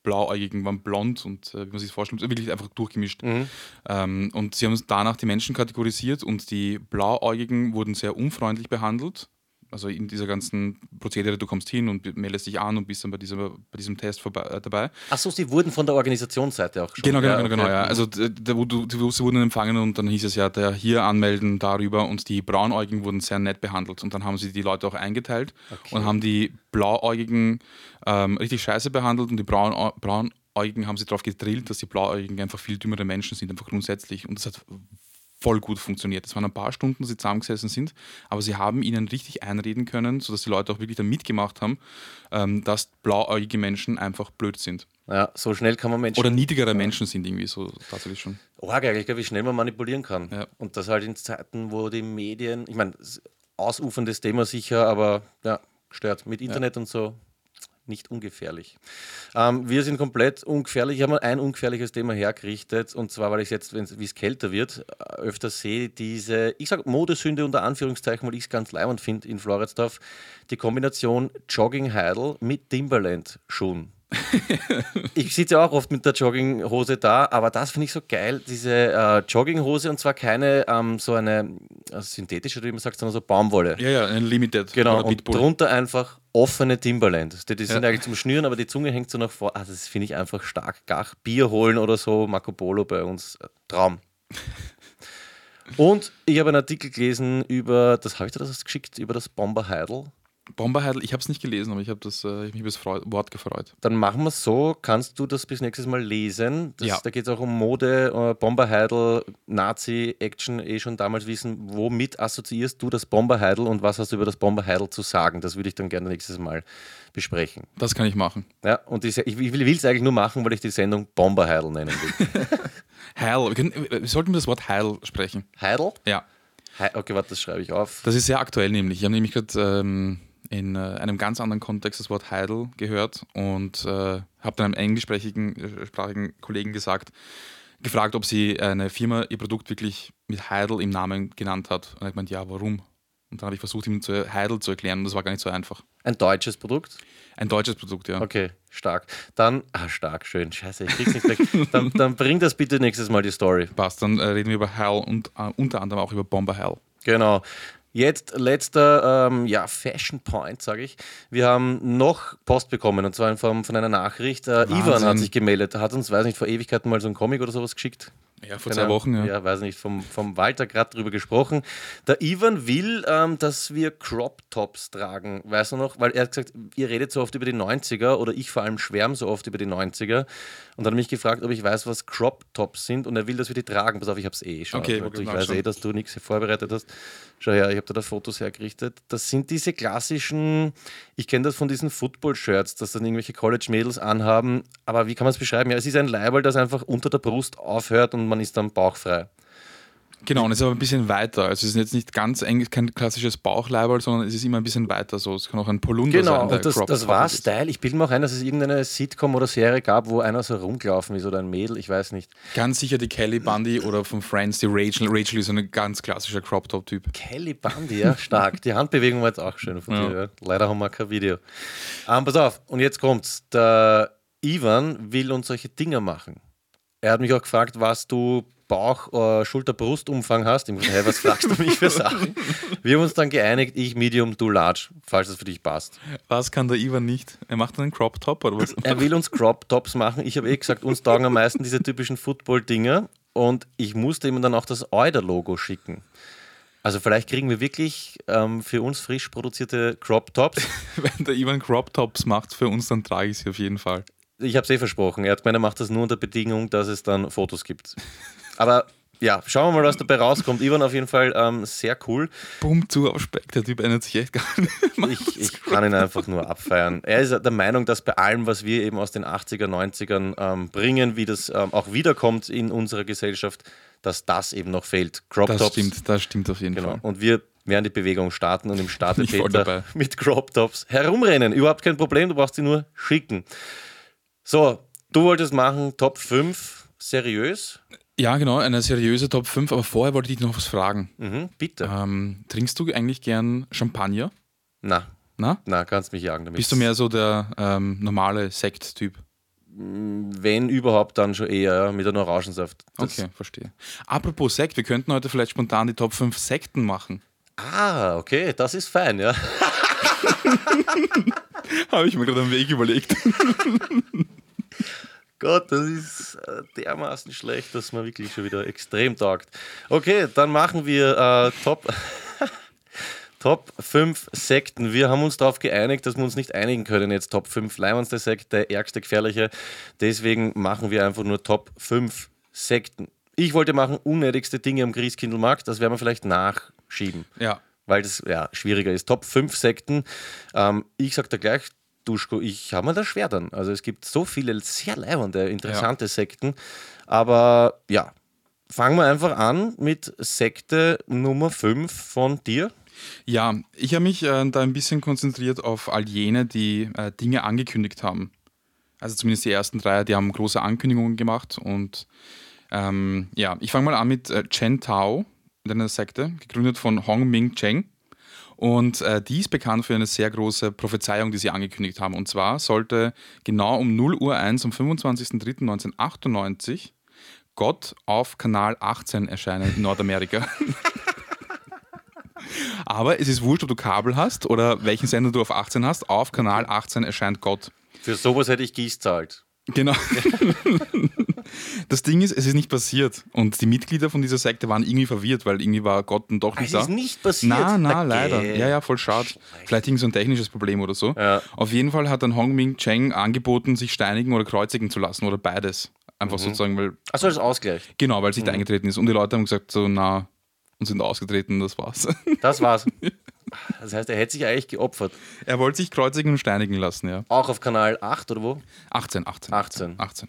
Blauäugigen waren blond und äh, wie man sich das vorstellt, wirklich einfach durchgemischt. Mhm. Ähm, und sie haben danach die Menschen kategorisiert und die Blauäugigen wurden sehr unfreundlich behandelt. Also in dieser ganzen Prozedere, du kommst hin und meldest dich an und bist dann bei, dieser, bei diesem Test vorbei, äh, dabei. Achso, sie wurden von der Organisationsseite auch schon. Genau, genau, ja, genau, okay. genau. Ja. Also d- d- wo du, du, sie wurden empfangen und dann hieß es ja, der hier anmelden darüber und die Braunäugigen wurden sehr nett behandelt und dann haben sie die Leute auch eingeteilt Okay. und haben die Blauäugigen ähm, richtig scheiße behandelt und die Braun, Braunäugigen haben sie darauf gedrillt, dass die Blauäugigen einfach viel dümmere Menschen sind, einfach grundsätzlich und das hat voll gut funktioniert. Es waren ein paar Stunden, dass sie zusammengesessen sind, aber sie haben ihnen richtig einreden können, sodass die Leute auch wirklich dann mitgemacht haben, ähm, dass blauäugige Menschen einfach blöd sind. Ja, so schnell kann man Menschen... Oder niedrigere Menschen sind irgendwie so tatsächlich schon. Arg eigentlich, wie schnell man manipulieren kann. Ja. Und das halt in Zeiten, wo die Medien... Ich meine, ausuferndes Thema sicher, aber ja, stört. Mit Internet und so nicht ungefährlich. Ähm, wir sind komplett ungefährlich. Ich habe mal ein ungefährliches Thema hergerichtet und zwar, weil ich jetzt, wie es kälter wird, öfter sehe, diese, ich sage Modesünde unter Anführungszeichen, weil ich es ganz leibend finde in Floridsdorf, die Kombination Jogging-Heidel mit Timberland-Schuhen. Ich sitze ja auch oft mit der Jogginghose da, aber das finde ich so geil, diese äh, Jogginghose und zwar keine ähm, so eine äh, synthetische, wie man sagt, sondern so Baumwolle. Ja, ja, ein Limited. Genau, oder und Pitbull. drunter einfach offene Timberland. Die, die sind Ja. eigentlich zum Schnüren, aber die Zunge hängt so nach vor. Ah, das finde ich einfach stark. Gach, Bier holen oder so, Marco Polo bei uns, äh, Traum. Und ich habe einen Artikel gelesen über, das habe ich dir das geschickt, über das Bomber Heidel. Bomberheidel, ich habe es nicht gelesen, aber ich habe äh, ich hab mich über das Freu- Wort gefreut. Dann machen wir es so, kannst du das bis nächstes Mal lesen? Das, Ja. Da geht es auch um Mode, äh, Bomber Heidel, Nazi, Action, eh schon damals wissen, womit assoziierst du das Bomber Heidel und was hast du über das Bomber Heidel zu sagen? Das würde ich dann gerne nächstes Mal besprechen. Das kann ich machen. Ja, und die, Se- ich will es eigentlich nur machen, weil ich die Sendung Bomber Heidel nennen will. Heil, wir, können, wir sollten das Wort Heil sprechen. Heidel? Ja, He okay, warte, das schreibe ich auf. das ist sehr aktuell nämlich. Ich habe nämlich gerade ähm, in äh, einem ganz anderen Kontext das Wort Heidel gehört und äh, habe dann einem englischsprachigen äh, sprachigen Kollegen gesagt, gefragt, ob sie eine Firma ihr Produkt wirklich mit Heidel im Namen genannt hat. Und er hat gemeint, ja, warum? Und dann habe ich versucht, ihm zu Heidel zu erklären und das war gar nicht so einfach. Ein deutsches Produkt? Ein deutsches Produkt, ja. Okay, stark. Dann, ah, stark, schön. Scheiße, ich krieg's nicht weg. dann, dann bring das bitte nächstes Mal die Story. Passt, dann äh, reden wir über Heil und äh, unter anderem auch über Bomber Heil. Genau. Jetzt letzter ähm, ja, Fashion Point, sage ich. Wir haben noch Post bekommen und zwar in Form von einer Nachricht. Äh, Ivan Wahnsinn. hat sich gemeldet, hat uns, weiß nicht, vor Ewigkeiten mal so ein Comic oder sowas geschickt. Ja, vor Keine zwei Wochen, ja. Ja, weiß nicht, vom, vom Walter gerade drüber gesprochen. Der Ivan will, ähm, dass wir Crop-Tops tragen, weißt du noch? Weil er hat gesagt, ihr redet so oft über die neunziger oder ich vor allem schwärme so oft über die neunziger und dann hat mich gefragt, ob ich weiß, was Crop-Tops sind und er will, dass wir die tragen. Pass auf, ich hab's eh schon. Okay, ich okay, ich mach weiß schon. eh, dass du nichts vorbereitet hast. Schau her, ich habe da Fotos hergerichtet. Das sind diese klassischen, ich kenne das von diesen Football-Shirts, dass dann irgendwelche College-Mädels anhaben. Aber wie kann man es beschreiben? Ja, es ist ein Leiberl, das einfach unter der Brust aufhört und man ist dann bauchfrei. Genau, und es ist aber ein bisschen weiter. Also es ist jetzt nicht ganz eng, kein klassisches Bauchleiberl, sondern es ist immer ein bisschen weiter so. Es kann auch ein Polunder Genau, sein. der und das, Crop das war Top ist. Style. Ich bilde mir auch ein, dass es irgendeine Sitcom oder Serie gab, wo einer so rumgelaufen ist oder ein Mädel, ich weiß nicht. Ganz sicher die Kelly Bundy oder von Friends, die Rachel. Rachel ist so ein ganz klassischer Crop-Top-Typ. Kelly Bundy, ja, stark. Die Handbewegung war jetzt auch schön von Ja. dir. Ja. Leider haben wir kein Video. Ähm, pass auf, und jetzt kommt's. Der Ivan will uns solche Dinger machen. Er hat mich auch gefragt, was du Bauch-, äh, Schulter-Brust-Umfang hast. Ich muss sagen, hey, was fragst du mich für Sachen? Wir haben uns dann geeinigt, ich Medium, du Large, falls das für dich passt. Was kann der Ivan nicht? Er macht einen Crop-Top oder was? Er will uns Crop-Tops machen. Ich habe eh gesagt, uns taugen am meisten diese typischen Football-Dinger. Und ich musste ihm dann auch das Euder-Logo schicken. Also vielleicht kriegen wir wirklich ähm, für uns frisch produzierte Crop-Tops. Wenn der Ivan Crop-Tops macht für uns, dann trage ich sie auf jeden Fall. Ich habe es eh versprochen. Er hat gemeint, er macht das nur unter Bedingung, dass es dann Fotos gibt. Aber ja, schauen wir mal, was dabei rauskommt. Ivan auf jeden Fall ähm, sehr cool. Bumm zu auf Speck, der Typ ändert sich echt gar nicht. Ich, ich kann ihn einfach nur abfeiern. Er ist der Meinung, dass bei allem, was wir eben aus den achtziger, neunzigern ähm, bringen, wie das ähm, auch wiederkommt in unserer Gesellschaft, dass das eben noch fehlt. Crop Das Tops. stimmt, das stimmt auf jeden Genau. Fall. Und wir werden die Bewegung starten und im Starte Ich voll Peter dabei. mit Crop Tops herumrennen. Überhaupt kein Problem, du brauchst sie nur schicken. So, du wolltest machen Top fünf seriös. Ja, genau, eine seriöse Top fünf, aber vorher wollte ich dich noch was fragen. Mhm, bitte. Ähm, trinkst du eigentlich gern Champagner? Na, Na? na, kannst mich jagen damit. Bist du mehr so der ähm, normale Sekt-Typ? wenn überhaupt, dann schon eher ja, mit einem Orangensaft. Das Okay, verstehe. Apropos Sekt, wir könnten heute vielleicht spontan die Top fünf Sekten machen. Ah, okay, das ist fein, ja. Habe ich mir gerade am Weg überlegt. Gott, das ist äh, dermaßen schlecht, dass man wirklich schon wieder extrem taugt. Okay, dann machen wir äh, Top, Top fünf Sekten. Wir haben uns darauf geeinigt, dass wir uns nicht einigen können. Jetzt Top fünf leimendste Sekte, ärgste, gefährliche. Deswegen machen wir einfach nur Top fünf Sekten. Ich wollte machen unnötigste Dinge am Christkindlmarkt. Das werden wir vielleicht nachschieben. Ja. Weil das ja, schwieriger ist. Top fünf Sekten. Ähm, ich sag da gleich, Duschko, ich habe mir da schwer dann. Also es gibt so viele sehr leibende, interessante ja. Sekten. Aber ja, fangen wir einfach an mit Sekte Nummer fünf von dir. Ja, ich habe mich äh, da ein bisschen konzentriert auf all jene, die äh, Dinge angekündigt haben. Also zumindest die ersten drei, die haben große Ankündigungen gemacht. Und ähm, ja, ich fange mal an mit äh, Chen Tao, einer Sekte, gegründet von Hong Ming Cheng. Und äh, die ist bekannt für eine sehr große Prophezeiung, die sie angekündigt haben. Und zwar sollte genau um null Uhr eins am fünfundzwanzigster dritter neunzehnhundertachtundneunzig Gott auf Kanal achtzehn erscheinen in Nordamerika. Aber es ist wurscht, ob du Kabel hast oder welchen Sender du auf achtzehn hast. Auf Kanal achtzehn erscheint Gott. Für sowas hätte ich Gieß zahlt. Genau. Das Ding ist, es ist nicht passiert. Und die Mitglieder von dieser Sekte waren irgendwie verwirrt, weil irgendwie war Gott dann doch nicht da. Es ist nicht passiert? Na, na, okay. leider. Ja, ja, voll schade. Vielleicht irgend so ein technisches Problem oder so. Ja. Auf jeden Fall hat dann Hong Ming Cheng angeboten, sich steinigen oder kreuzigen zu lassen oder beides. Einfach Mhm. sozusagen, weil... Achso, das Ausgleich. Genau, weil sie Mhm. da eingetreten ist. Und die Leute haben gesagt, so, na, und sind ausgetreten, das war's. Das war's. Das heißt, er hätte sich eigentlich geopfert. Er wollte sich kreuzigen und steinigen lassen, ja. Auch auf Kanal acht oder wo? achtzehn, achtzehn. achtzehn. achtzehn.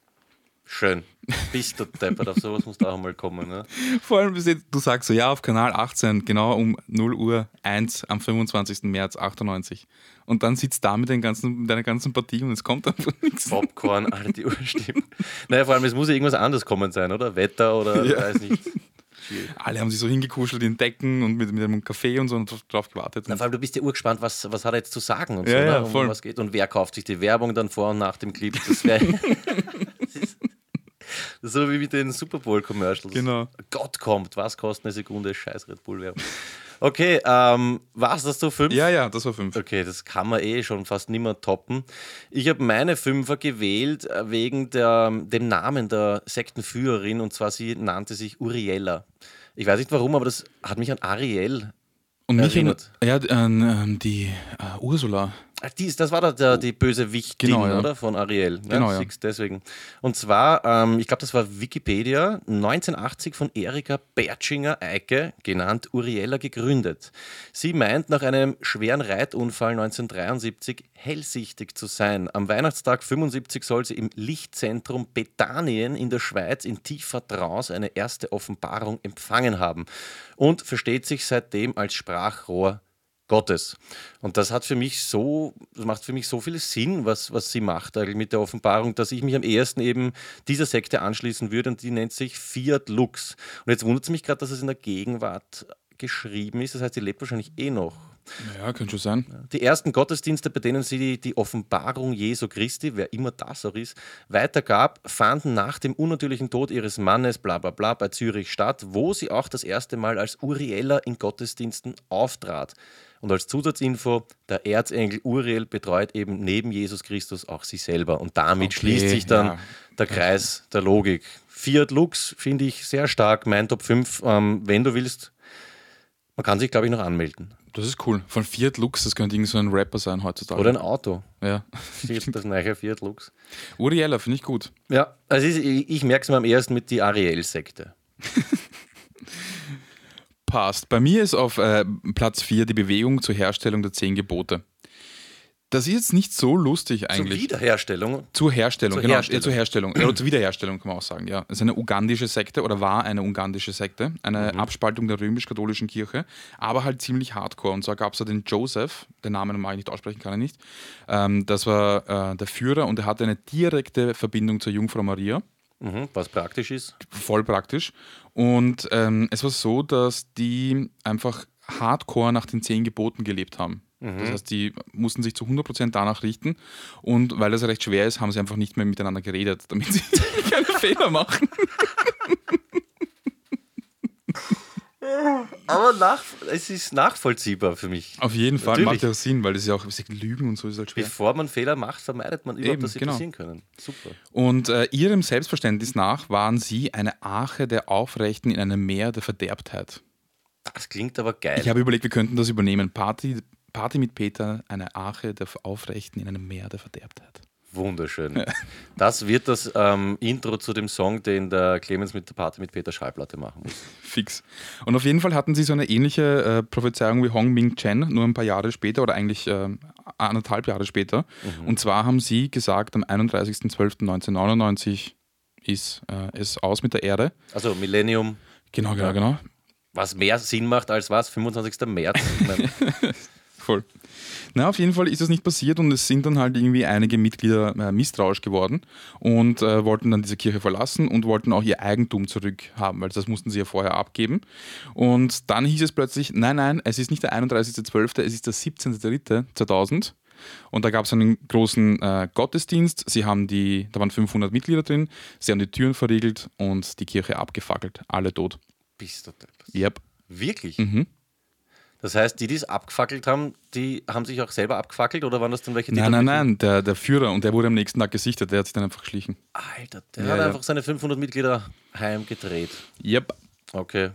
Schön. Bist du deppert, auf sowas muss da auch mal kommen. Ne? Vor allem, du sagst so, ja, auf Kanal achtzehn, genau um null Uhr eins am fünfundzwanzigster März achtundneunzig. Und dann sitzt da mit, den ganzen, mit deiner ganzen Partie und es kommt einfach nichts. Popcorn, alle die Uhr stimmen. Naja, vor allem, es muss ja irgendwas anderes kommen sein, oder? Wetter oder Ja. weiß nicht. Alle haben sich so hingekuschelt in Decken und mit, mit einem Kaffee und so und drauf gewartet. Na, vor allem, du bist ja urgespannt, was, was hat er jetzt zu sagen und Ja, so, ja, ne? um voll. was geht und wer kauft sich die Werbung dann vor und nach dem Clip. Das wäre. Das ist das ist so wie mit den Super Bowl-Commercials. Genau. Gott kommt, was kostet eine Sekunde? Scheiß Red Bull-Werbung. Okay, ähm, war es das so fünf? Ja, ja, das war fünf. Okay, das kann man eh schon fast nicht mehr toppen. Ich habe meine Fünfer gewählt äh, wegen der, dem Namen der Sektenführerin und zwar sie nannte sich Uriella. Ich weiß nicht warum, aber das hat mich an Ariel Und mich erinnert. ja, an ähm, die äh, Ursula. Ach, dies, das war der, der, die böse Wichtin, Genau, ja. oder? Von Ariel. Genau, ja. siehst, deswegen. Und zwar, ähm, ich glaube, das war Wikipedia, neunzehnhundertachtzig von Erika Bertschinger-Eike, genannt Uriella, gegründet. Sie meint, nach einem schweren Reitunfall neunzehnhundertdreiundsiebzig hellsichtig zu sein. Am Weihnachtstag fünfundsiebzig soll sie im Lichtzentrum Bethanien in der Schweiz in tiefer Trance eine erste Offenbarung empfangen haben und versteht sich seitdem als Sprachrohr Gottes. Und das hat für mich so, das macht für mich so viel Sinn, was, was sie macht eigentlich mit der Offenbarung, dass ich mich am ehesten eben dieser Sekte anschließen würde und die nennt sich Fiat Lux. Und jetzt wundert es mich gerade, dass es in der Gegenwart geschrieben ist, das heißt, die lebt wahrscheinlich eh noch. Ja, könnte schon sein. Die ersten Gottesdienste, bei denen sie die, die Offenbarung Jesu Christi, wer immer das auch ist, weitergab, fanden nach dem unnatürlichen Tod ihres Mannes, bla bla bla, bei Zürich statt, wo sie auch das erste Mal als Uriella in Gottesdiensten auftrat. Und als Zusatzinfo, der Erzengel Uriel betreut eben neben Jesus Christus auch sie selber. Und damit Okay, schließt sich dann ja. der Kreis der Logik. Fiat Lux finde ich sehr stark, mein Top fünf, ähm, wenn du willst. Man kann sich, glaube ich, noch anmelden. Das ist cool. Von Fiat Lux, das könnte irgend so ein Rapper sein heutzutage. Oder ein Auto. Ja. Das neue Fiat Lux. Uriella, finde ich gut. Ja, also ich, ich merke es mir am ersten mit die Ariel-Sekte. Passt. Bei mir ist auf äh, Platz vier die Bewegung zur Herstellung der zehn Gebote. Das ist jetzt nicht so lustig eigentlich. Zur Wiederherstellung. Zur Herstellung, Zur genau. Herstellung. Ja, zur Herstellung. Ja, oder zur Wiederherstellung kann man auch sagen, ja. Es ist eine ugandische Sekte oder war eine ugandische Sekte, eine Mhm. Abspaltung der römisch-katholischen Kirche, aber halt ziemlich hardcore. Und zwar gab es da den Joseph, den Namen mag ich nicht aussprechen, kann er nicht. Ähm, das war äh, der Führer und er hatte eine direkte Verbindung zur Jungfrau Maria. Mhm, was praktisch ist. Voll praktisch. Und ähm, es war so, dass die einfach hardcore nach den zehn Geboten gelebt haben. Mhm. Das heißt, die mussten sich zu hundert Prozent danach richten. Und weil das recht schwer ist, haben sie einfach nicht mehr miteinander geredet, damit sie keine Fehler machen. Aber nach, es ist nachvollziehbar für mich. Auf jeden Fall, Natürlich. macht ja Sinn, weil das ist ja auch Lügen und so ist halt schwer. Bevor man Fehler macht, vermeidet man überhaupt, Eben, dass sie genau. passieren können. Super. Und äh, ihrem Selbstverständnis nach waren sie eine Arche der Aufrechten in einem Meer der Verderbtheit. Das klingt aber geil. Ich habe überlegt, wir könnten das übernehmen. Party, Party mit Peter, eine Arche der Aufrechten in einem Meer der Verderbtheit. Wunderschön. Das wird das ähm, Intro zu dem Song, den der Clemens mit der Party mit Peter Schallplatte machen muss. Fix. Und auf jeden Fall hatten sie so eine ähnliche äh, Prophezeiung wie Hong Ming Chen, nur ein paar Jahre später oder eigentlich äh, anderthalb Jahre später. Mhm. Und zwar haben sie gesagt, am einunddreißigster zwölfter neunzehnhundertneunundneunzig ist äh, es aus mit der Erde. Also Millennium. Genau, genau, Ja. genau. Was mehr Sinn macht als was? fünfundzwanzigster März. Ich mein, Voll. Na, auf jeden Fall ist das nicht passiert und es sind dann halt irgendwie einige Mitglieder äh, misstrauisch geworden und äh, wollten dann diese Kirche verlassen und wollten auch ihr Eigentum zurückhaben, weil das mussten sie ja vorher abgeben. Und dann hieß es plötzlich, nein, nein, es ist nicht der einunddreißigster zwölfter, es ist der siebzehnter dritter zweitausend. Und da gab es einen großen äh, Gottesdienst. Sie haben die, da waren fünfhundert Mitglieder drin, sie haben die Türen verriegelt und die Kirche abgefackelt. Alle tot. bist du deppert. Yep. Wirklich? Mhm. Das heißt, die, die es abgefackelt haben, die haben sich auch selber abgefackelt oder waren das dann welche, die Nein, dann nein, wirklich- nein, der, der Führer und der wurde am nächsten Tag gesichtet, der hat sich dann einfach geschlichen. Alter, der Ja, hat ja. einfach seine fünfhundert Mitglieder heimgedreht. Yep. Okay.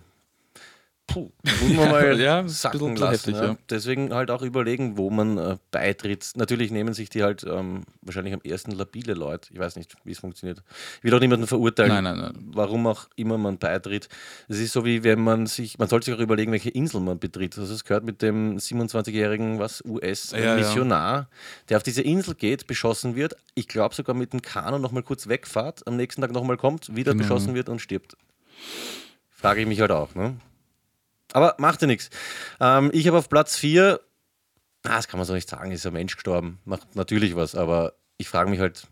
Puh, muss man mal Ja, ist ein sacken bisschen lassen. heftig, ja. ja. Deswegen halt auch überlegen, wo man äh, beitritt. Natürlich nehmen sich die halt ähm, wahrscheinlich am ersten labile Leute. Ich weiß nicht, wie es funktioniert. Ich will auch niemanden verurteilen, Nein, nein, nein. warum auch immer man beitritt. Es ist so, wie wenn man sich, man sollte sich auch überlegen, welche Insel man betritt. Also es gehört mit dem siebenundzwanzigjährigen was, Ja, ja. U S-Missionar, der auf diese Insel geht, beschossen wird. Ich glaube sogar mit dem Kanu nochmal kurz wegfahrt, am nächsten Tag nochmal kommt, wieder Genau. beschossen wird und stirbt. Frage ich mich halt auch, ne? Aber macht ja nichts. Ähm, ich habe auf Platz vier, ah, das kann man so nicht sagen, ist ein Mensch gestorben. Macht natürlich was, aber ich frage mich halt,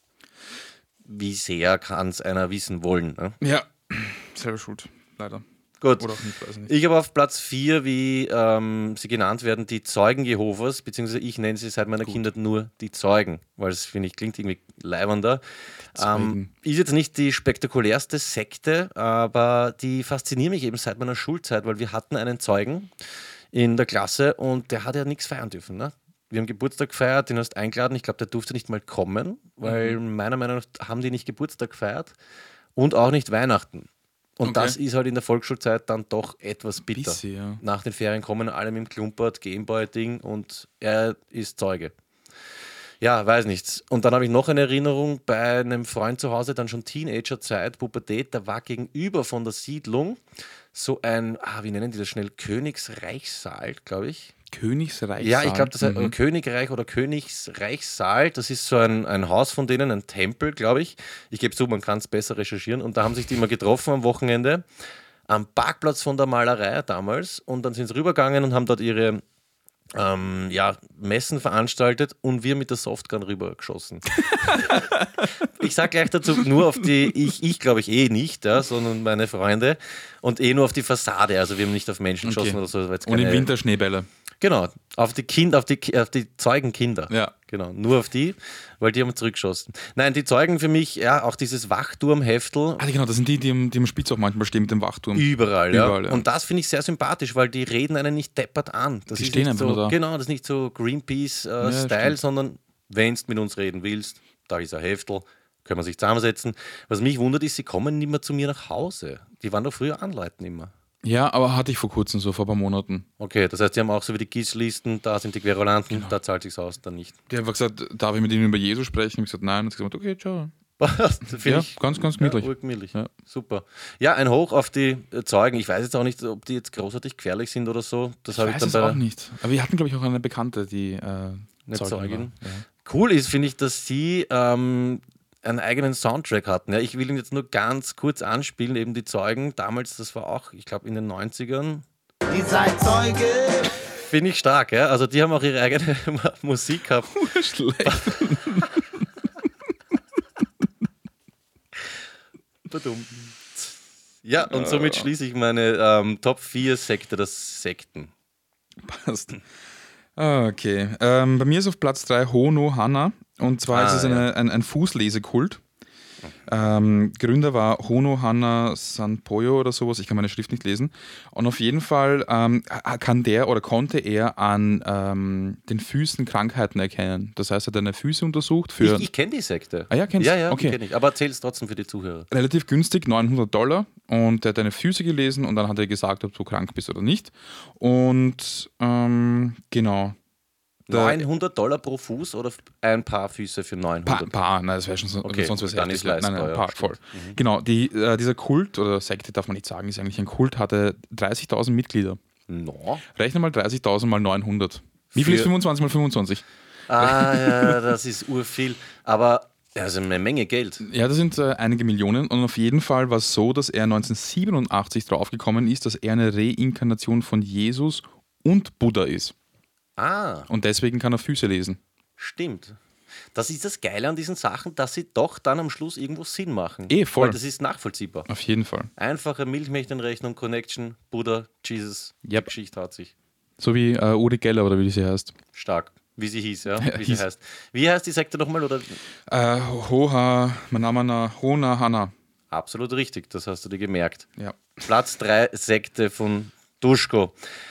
wie sehr kann es einer wissen wollen. Ne? Ja, selber schuld, leider. Gut. Oder auch nicht, weiß ich nicht. Ich habe auf Platz vier, wie ähm, sie genannt werden, die Zeugen Jehovas, beziehungsweise ich nenne sie seit meiner Gut. Kindheit nur die Zeugen, weil das, finde ich, klingt irgendwie leibernder. Zeugen. Ähm, ist jetzt nicht die spektakulärste Sekte, aber die faszinieren mich eben seit meiner Schulzeit, weil wir hatten einen Zeugen in der Klasse und der hat ja nichts feiern dürfen. Ne? Wir haben Geburtstag gefeiert, den hast du eingeladen. Ich glaube, der durfte nicht mal kommen, weil Mhm. meiner Meinung nach haben die nicht Geburtstag gefeiert und auch nicht Weihnachten. Und Okay. das ist halt in der Volksschulzeit dann doch etwas bitter. Bisschen, ja. Nach den Ferien kommen alle mit dem Klumpert, Gameboy-Ding und er ist Zeuge. Ja, weiß nichts. Und dann habe ich noch eine Erinnerung bei einem Freund zu Hause, dann schon Teenagerzeit, Pubertät, da war gegenüber von der Siedlung so ein, ah, wie nennen die das schnell, Königsreichssaal, glaube ich. Königsreich. Ja, ich glaube, das heißt mhm. Königreich oder Königsreichssaal. Das ist so ein, ein Haus von denen, ein Tempel, glaube ich. Ich gebe zu, man kann es besser recherchieren. Und da haben sich die immer getroffen am Wochenende am Parkplatz von der Malerei damals. Und dann sind sie rübergegangen und haben dort ihre ähm, ja, Messen veranstaltet und wir mit der Softgun rübergeschossen. Ich sage gleich dazu, nur auf die, ich, ich glaube ich eh nicht, ja, sondern meine Freunde und eh nur auf die Fassade. Also wir haben nicht auf Menschen geschossen Okay. oder so. Das war jetzt Und im keine- Winter Schneebälle. Genau, auf die Kinder, auf die, auf die Zeugenkinder. Ja. Genau, nur auf die, weil die haben zurückgeschossen. Nein, die Zeugen für mich, ja, auch dieses Wachturmheftel, Ah, genau, das sind die, die im, die im Spitz auch manchmal stehen mit dem Wachturm. überall, ja. Überall, ja. Und das finde ich sehr sympathisch, weil die reden einen nicht deppert an. Das Die ist stehen nicht einfach so, nur da. Genau, das ist nicht so Greenpeace-Style, stimmt. sondern wenn du mit uns reden willst, da ist ein Heftel, können wir sich zusammensetzen. Was mich wundert ist, sie kommen nicht mehr zu mir nach Hause. Die waren doch früher Anleiten immer. Ja, aber hatte ich vor kurzem so, vor ein paar Monaten. Okay, das heißt, die haben auch so wie die G I S-Listen, da sind die Querulanten, Genau. da zahlt sich's aus, dann nicht. Die haben einfach gesagt, darf ich mit ihnen über Jesus sprechen? Ich habe gesagt, nein. Und sie haben gesagt, okay, ciao. Was? Finde Ja, ich ganz, ganz gemütlich. Ja, urgemütlich. Ja. Super. Ja, ein Hoch auf die äh, Zeugen. Ich weiß jetzt auch nicht, ob die jetzt großartig gefährlich sind oder so. Das Ich habe ich weiß dann es bei auch nicht. Aber wir hatten, glaube ich, auch eine Bekannte, die äh, Eine Zeugin Zeugin. war. Ja. Cool ist, finde ich, dass sie ähm, einen eigenen Soundtrack hatten. Ja, ich will ihn jetzt nur ganz kurz anspielen, eben die Zeugen. Damals, das war auch, ich glaube, in den neunzigern. Ihr seid Zeuge. Finde ich stark, ja. Also die haben auch ihre eigene Musik gehabt. Schlecht. Badum. Ja, und somit schließe ich meine ähm, Top vier Sekte, das Sekten. Passt. Okay, ähm, bei mir ist auf Platz drei Hono Hanna. Und zwar Ah, ist es eine, ein, ein Fußlesekult. Ähm, Gründer war Hono Hanna Sanpoyo oder sowas, ich kann meine Schrift nicht lesen. Und auf jeden Fall ähm, kann der oder konnte er an ähm, den Füßen Krankheiten erkennen. Das heißt, er hat eine Füße untersucht für Ich, ich kenne die Sekte. Ah ja, kennst Ja, du? ja, Okay. kenne ich. Aber erzähl es trotzdem für die Zuhörer. relativ günstig, neunhundert Dollar. Und er hat deine Füße gelesen und dann hat er gesagt, ob du krank bist oder nicht. Und ähm, genau. Der- neunhundert Dollar pro Fuß oder ein Paar Füße für Pa neunhundert? Paar, nein, das wäre schon so, Okay, sonst wäre es dann heftig. ist Nein, leistbar, nein, ja, Paar, stimmt. voll. Genau, die, äh, dieser Kult, oder Sekte darf man nicht sagen, ist eigentlich ein Kult, hatte dreißigtausend Mitglieder. No. Rechne mal dreißigtausend mal neunhundert. Wie viel Für- ist fünfundzwanzig mal fünfundzwanzig? Ah, ja, das ist urviel. Aber also eine Menge Geld. Ja, das sind äh, einige Millionen und auf jeden Fall war es so, dass er neunzehnhundertsiebenundachtzig draufgekommen ist, dass er eine Reinkarnation von Jesus und Buddha ist. Ah, Und deswegen kann er Füße lesen. stimmt. Das ist das Geile an diesen Sachen, dass sie doch dann am Schluss irgendwo Sinn machen. Eh, voll. Weil das ist nachvollziehbar. Auf jeden Fall. Einfache Milchmädchenrechnung, Connection, Buddha, Jesus. Yep. Die Geschichte hat sich. So wie äh, Uri Geller oder wie sie heißt. Stark. Wie sie hieß, ja. Ja, Wie hieß. sie heißt. Wie heißt die Sekte nochmal? Oder? Äh, Hoha, Manamana, Hona Hanna. Absolut richtig, das hast du dir gemerkt. Ja. Platz drei Sekte von Duschko.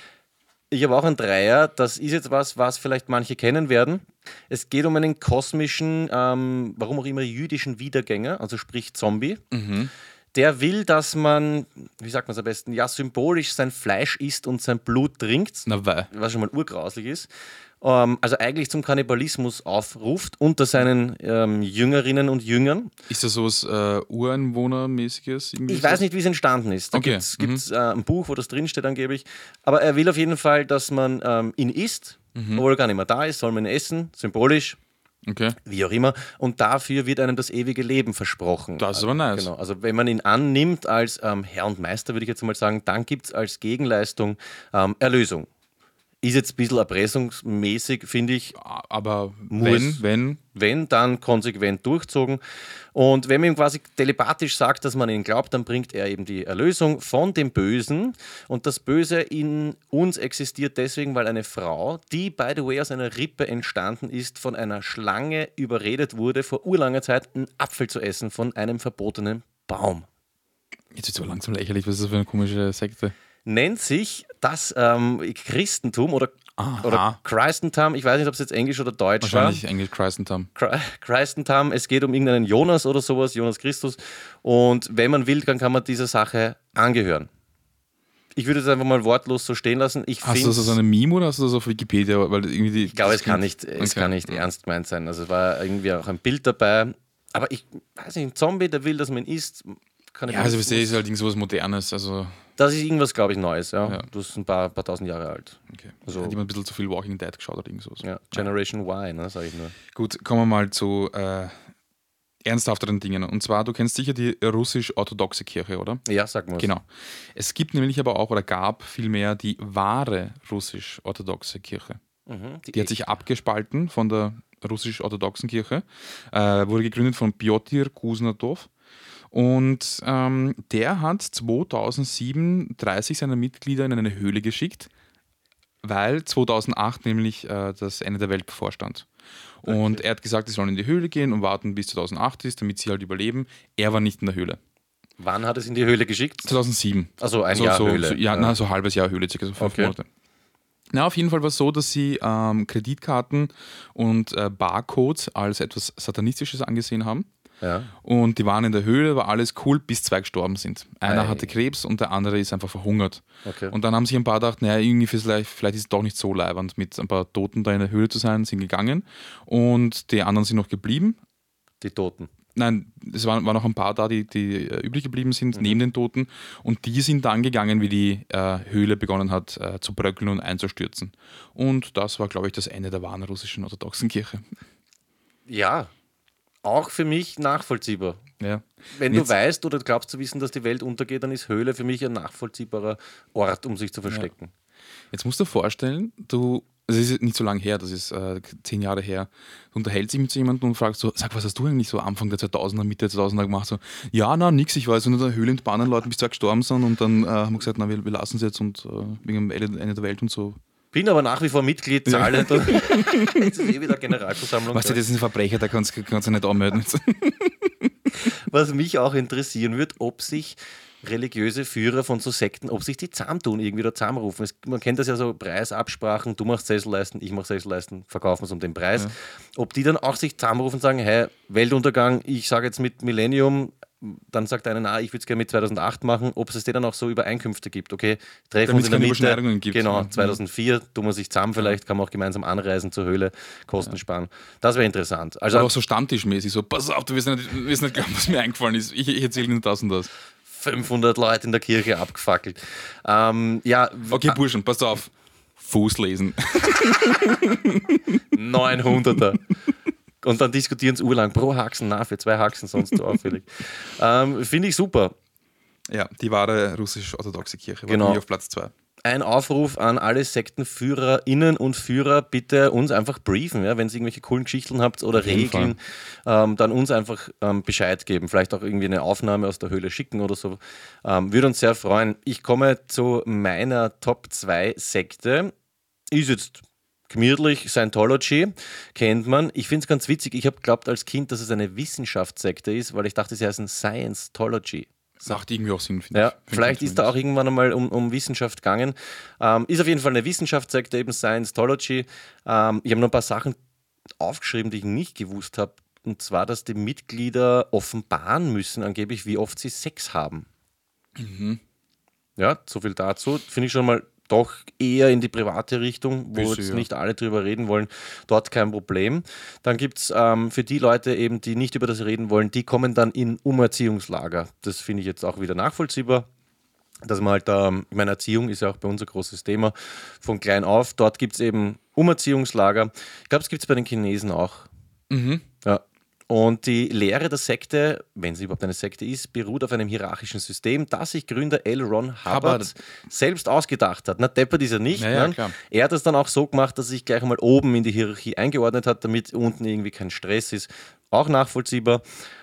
Ich habe auch einen Dreier, das ist jetzt was, was vielleicht manche kennen werden. Es geht um einen kosmischen, ähm, warum auch immer, jüdischen Wiedergänger, also sprich Zombie. Der will, dass man, wie sagt man es am besten, ja, symbolisch sein Fleisch isst und sein Blut trinkt, Na wei. was schon mal urgrauslich ist. Ähm, also eigentlich zum Kannibalismus aufruft unter seinen ähm, Jüngerinnen und Jüngern. Ist das sowas äh, Ureinwohnermäßiges? Irgendwie Ich so? weiß nicht, wie es entstanden ist. Da Okay. gibt es äh, ein Buch, wo das drinsteht angeblich. Aber er will auf jeden Fall, dass man ähm, ihn isst, obwohl er gar nicht mehr da ist, soll man ihn essen, symbolisch, Okay. wie auch immer. Und dafür wird einem das ewige Leben versprochen. Das ist aber nice. Genau. Also wenn man ihn annimmt als ähm, Herr und Meister, würde ich jetzt mal sagen, dann gibt es als Gegenleistung ähm, Erlösung. Ist jetzt ein bisschen erpressungsmäßig, finde ich. Aber Muss. wenn, wenn, Wenn, dann konsequent durchzogen. Und wenn man ihm quasi telepathisch sagt, dass man ihn glaubt, dann bringt er eben die Erlösung von dem Bösen. Und das Böse in uns existiert deswegen, weil eine Frau, die, by the way, aus einer Rippe entstanden ist, von einer Schlange überredet wurde, vor urlanger Zeit einen Apfel zu essen von einem verbotenen Baum. jetzt wird es aber langsam lächerlich, was ist das für eine komische Sekte? Nennt sich das ähm, Christentum oder, Aha. oder Christentum, ich weiß nicht, ob es jetzt Englisch oder Deutsch Wahrscheinlich war. Englisch Christentum. Chri- Christentum, es geht um irgendeinen Jonas oder sowas, Jonas Christus. Und wenn man will, dann kann man dieser Sache angehören. Ich würde es einfach mal wortlos so stehen lassen. Ich, Hast du das find's- aus einem Meme oder hast du das auf Wikipedia? Weil irgendwie die, ich glaube, es kann nicht, es Okay. kann nicht ernst gemeint sein. Also es war irgendwie auch ein Bild dabei. Aber ich weiß nicht, ein Zombie, der will, dass man ihn isst. Kann ich Ja, mir also nicht- ich sehe, es ist halt irgend sowas Modernes. Also, Das ist irgendwas, glaube ich, Neues. Ja. Ja. Du bist ein paar, paar tausend Jahre alt. okay. Also- Hat jemand ein bisschen zu viel Walking Dead geschaut oder irgend sowas. Ja. Generation Y, ne, sage ich nur. Gut, kommen wir mal zu äh, ernsthafteren Dingen. Und zwar, du kennst sicher die russisch-orthodoxe Kirche, oder? Ja, sag mal. Genau. Es gibt nämlich aber auch, oder gab vielmehr, die wahre russisch-orthodoxe Kirche. Mhm. Die hat sich abgespalten von der russisch-orthodoxen Kirche, äh, wurde gegründet von Pjotr Kuznetsov. Und ähm, der hat zweitausendsieben dreißig seiner Mitglieder in eine Höhle geschickt, weil zweitausendacht nämlich äh, das Ende der Welt bevorstand. Und er hat gesagt, sie sollen in die Höhle gehen und warten, bis zweitausendacht ist, damit sie halt überleben. Er war nicht in der Höhle. Wann hat es in die Höhle geschickt? zweitausendsieben. Also ein so, Jahr so, Höhle. So, ja, Na, so ein halbes Jahr Höhle, circa so fünf Okay. Monate. Na, auf jeden Fall war es so, dass sie ähm, Kreditkarten und äh, Barcodes als etwas Satanistisches angesehen haben. Ja. Und die waren in der Höhle, war alles cool, bis zwei gestorben sind. Einer Ei. hatte Krebs und der andere ist einfach verhungert. Okay. Und dann haben sich ein paar gedacht, naja, irgendwie vielleicht, vielleicht ist es doch nicht so leiwand, mit ein paar Toten da in der Höhle zu sein, sind gegangen. Und die anderen sind noch geblieben. Die Toten. Nein, es waren, waren noch ein paar da, die, die äh, übrig geblieben sind, neben den Toten. Und die sind dann gegangen, wie die äh, Höhle begonnen hat äh, zu bröckeln und einzustürzen. Und das war, glaube ich, das Ende der wahren russischen orthodoxen Kirche. Ja, auch für mich nachvollziehbar. Ja. Wenn Jetzt- du weißt oder glaubst zu wissen, dass die Welt untergeht, dann ist Höhle für mich ein nachvollziehbarer Ort, um sich zu verstecken. Jetzt musst du dir vorstellen, du, das ist nicht so lange her, das ist äh, zehn Jahre her, du unterhältst dich mit so jemandem und fragst so, sag, was hast du eigentlich so Anfang der zweitausender, Mitte der zweitausender gemacht? So, ja, na, nix, ich war so in der Höhle mit ein paar anderen Leuten, bis zwei gestorben sind und dann äh, haben wir gesagt, na, wir, wir lassen es jetzt und äh, wegen dem Ende Ende der Welt und so. Bin aber nach wie vor Mitglied, zahle. Ja. Jetzt ist eh wieder Generalversammlung. Weißt du, das ist ein Verbrecher, da kannst du kannst nicht anmelden. Was mich auch interessieren wird, ob sich religiöse Führer von so Sekten, ob sich die zusammentun, irgendwie da zusammenrufen. Es, man kennt das ja so, Preisabsprachen, du machst Sesselleisten, ich mach Sesselleisten, verkaufen wir es um den Preis. Ja. Ob die dann auch sich zusammenrufen und sagen, hey, Weltuntergang, ich sage jetzt mit Millennium, dann sagt einer, na, ich würde es gerne mit zweitausendacht machen, ob es denen auch so Übereinkünfte gibt. Okay, treffen Damit uns in der Mitte. Gibt, genau, ja. zweitausendvier tun wir sich zusammen, vielleicht kann man auch gemeinsam anreisen zur Höhle, Kosten ja. sparen. Das wäre interessant. Also auch so stammtischmäßig, so, pass auf, du wirst nicht, wirst nicht glauben, was mir eingefallen ist. Ich, ich erzähle Ihnen das und das. fünfhundert Leute in der Kirche abgefackelt. Ähm, ja, okay, Burschen, pass auf. Fuß lesen. neunhunderter. Und dann diskutieren sie urlang pro Haxen, na, für zwei Haxen sonst so auffällig. Ähm, Finde ich super. Ja, die wahre russisch-orthodoxe Kirche war genau. auf Platz zwei. Ein Aufruf an alle SektenführerInnen und Führer, bitte uns einfach briefen, ja, wenn ihr irgendwelche coolen Geschichten habt oder Regeln, ähm, dann uns einfach ähm, Bescheid geben. Vielleicht auch irgendwie eine Aufnahme aus der Höhle schicken oder so. Ähm, würde uns sehr freuen. Ich komme zu meiner Top zwei Sekte. Ist jetzt gemütlich, Scientology, kennt man. Ich finde es ganz witzig. Ich habe geglaubt als Kind, dass es eine Wissenschaftssekte ist, weil ich dachte, sie heißen Scientology. Macht irgendwie auch Sinn, finde ja, ich. Vielleicht ist da auch irgendwann einmal um, um Wissenschaft gegangen. Ähm, ist auf jeden Fall eine Wissenschaftssekte, eben Scientology. Ähm, ich habe noch ein paar Sachen aufgeschrieben, die ich nicht gewusst habe. Und zwar, dass die Mitglieder offenbaren müssen, angeblich, wie oft sie Sex haben. Mhm. Ja, so viel dazu. Finde ich schon mal doch eher in die private Richtung, wo Bisschen, jetzt ja. nicht alle drüber reden wollen, dort kein Problem. Dann gibt es ähm, für die Leute eben, die nicht über das reden wollen, die kommen dann in Umerziehungslager. Das finde ich jetzt auch wieder nachvollziehbar. Dass man halt da, ich meine, Erziehung ist ja auch bei uns ein großes Thema, von klein auf. Dort gibt es eben Umerziehungslager. Ich glaube, es gibt es bei den Chinesen auch. Mhm. Ja. Und die Lehre der Sekte, wenn sie überhaupt eine Sekte ist, beruht auf einem hierarchischen System, das sich Gründer L. Ron Hubbard, Hubbard. selbst ausgedacht hat. Na, deppert ist er nicht. Naja, ne? Er hat das dann auch so gemacht, dass er sich gleich einmal oben in die Hierarchie eingeordnet hat, damit unten irgendwie kein Stress ist. Auch nachvollziehbar.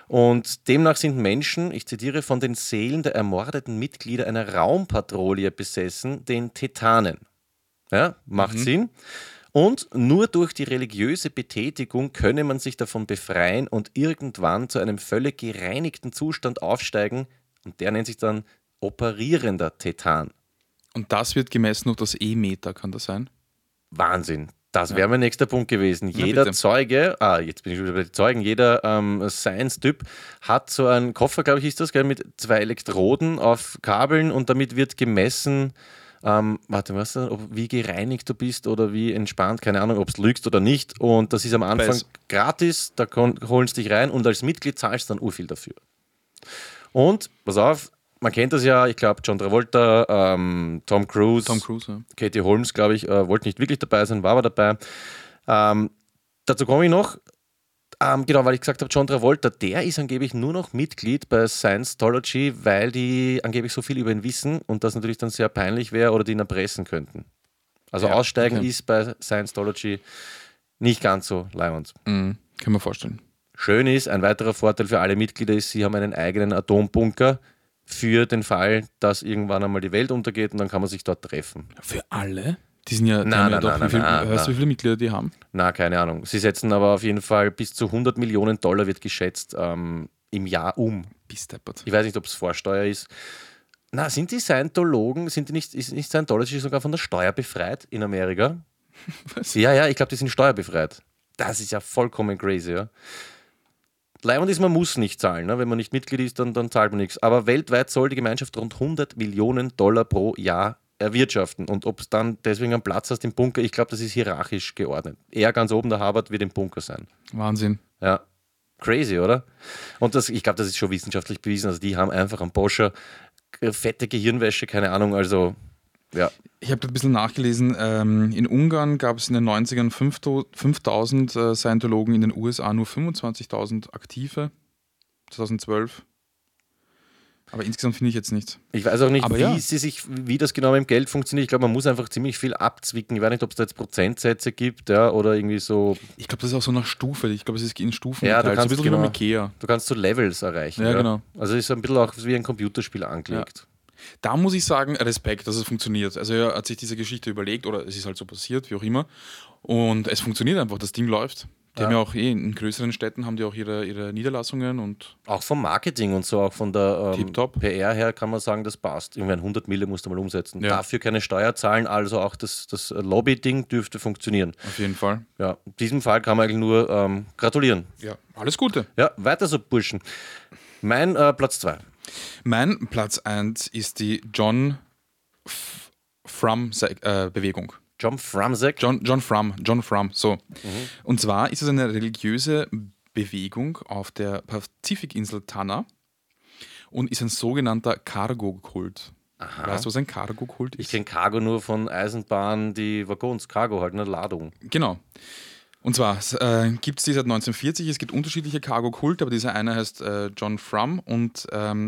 Und demnach sind Menschen, ich zitiere, von den Seelen der ermordeten Mitglieder einer Raumpatrouille besessen, den Tetanen. Ja, macht mhm. Sinn. Und nur durch die religiöse Betätigung könne man sich davon befreien und irgendwann zu einem völlig gereinigten Zustand aufsteigen. Und der nennt sich dann operierender Tetan. Und das wird gemessen durch das E-Meter, kann das sein? Wahnsinn. Das wäre ja. mein nächster Punkt gewesen. Na, jeder bitte. Zeuge, ah, jetzt bin ich wieder bei den Zeugen, jeder ähm, Science-Typ hat so einen Koffer, glaube ich, ist das, gell, mit zwei Elektroden auf Kabeln und damit wird gemessen, Ähm, warte, was, ob, wie gereinigt du bist oder wie entspannt, keine Ahnung, ob du lügst oder nicht. Und das ist am Anfang Weiß. gratis, da holen sie dich rein und als Mitglied zahlst du dann urviel dafür. Und, pass auf, man kennt das ja, ich glaube, John Travolta, ähm, Tom Cruise, Tom Cruise ja. Katie Holmes, glaube ich, äh, wollte nicht wirklich dabei sein, war aber dabei. Ähm, dazu komme ich noch. Ähm, genau, weil ich gesagt habe, John Travolta, der ist angeblich nur noch Mitglied bei Scientology, weil die angeblich so viel über ihn wissen und das natürlich dann sehr peinlich wäre oder die ihn erpressen könnten. Also ja, aussteigen okay. ist bei Scientology nicht ganz so leibend. Mhm, kann man vorstellen. Schön ist, ein weiterer Vorteil für alle Mitglieder ist, sie haben einen eigenen Atombunker für den Fall, dass irgendwann einmal die Welt untergeht und dann kann man sich dort treffen. Für alle? Die sind ja, die Nein, haben nein, ja doch, nein, wie viel, nein, hörst nein. du, wie viele Mitglieder die haben? Na, keine Ahnung. Sie setzen aber auf jeden Fall bis zu hundert Millionen Dollar wird geschätzt ähm, im Jahr um. Bis deppert. Ich weiß nicht, ob es Vorsteuer ist. Na, sind die Scientologen, sind die nicht, ist nicht Scientology sogar von der Steuer befreit in Amerika? Was? Ja, ja, ich glaube, die sind steuerbefreit. Das ist ja vollkommen crazy, ja. Leibend ist, man muss nicht zahlen. Ne? Wenn man nicht Mitglied ist, dann, dann zahlt man nichts. Aber weltweit soll die Gemeinschaft rund hundert Millionen Dollar pro Jahr erwirtschaften. Und ob es dann deswegen einen Platz hast im Bunker, ich glaube, das ist hierarchisch geordnet. Er ganz oben, der Harvard, wird im Bunker sein. Wahnsinn. Ja, crazy, oder? Und das, ich glaube, das ist schon wissenschaftlich bewiesen. Also die haben einfach am Boscher fette Gehirnwäsche, keine Ahnung, also ja. Ich habe da ein bisschen nachgelesen. Ähm, in Ungarn gab es in den neunzigern fünftausend äh, Scientologen, in den U S A nur fünfundzwanzigtausend aktive, zweitausendzwölf. Aber insgesamt finde ich jetzt nichts. Ich weiß auch nicht, Aber wie, ja. sie sich, wie das genau mit dem Geld funktioniert. Ich glaube, man muss einfach ziemlich viel abzwicken. Ich weiß nicht, ob es da jetzt Prozentsätze gibt, ja, oder irgendwie so. Ich glaube, das ist auch so nach Stufe. Ich glaube, es ist in Stufen Ja, du geteilt. kannst so ein bisschen genau- wie beim Ikea. Du kannst so Levels erreichen. Ja, genau. Also es ist ein bisschen auch wie ein Computerspiel angelegt. Da muss ich sagen, Respekt, dass es funktioniert. Also er hat sich diese Geschichte überlegt oder es ist halt so passiert, wie auch immer. Und es funktioniert einfach, das Ding läuft. Die Ja. haben ja auch eh in größeren Städten haben die auch ihre, ihre Niederlassungen und Auch vom Marketing und so, auch von der ähm, Tipptopp. P R her kann man sagen, das passt. Irgendwann hundert Mille musst du mal umsetzen. Ja. Dafür keine Steuer zahlen, also auch das, das Lobby-Ding dürfte funktionieren. auf jeden Fall. Ja, in diesem Fall kann man eigentlich nur ähm, gratulieren. Ja, alles Gute. Ja, weiter so, Burschen. Mein äh, Platz zwei. Mein Platz eins ist die John F- Frum äh, Bewegung. John Frumsek. John, John Frum, John Frum, so. Und zwar ist es eine religiöse Bewegung auf der Pazifikinsel Tanna und ist ein sogenannter Cargo-Kult. Weißt du, was ein Cargo-Kult Ich ist? kenne Cargo nur von Eisenbahn, die Waggons, Cargo halt, eine Ladung. Genau. Und zwar äh, gibt es die seit neunzehnhundertvierzig. Es gibt unterschiedliche Cargo-Kulte, aber dieser eine heißt äh, John Frum. Und ähm,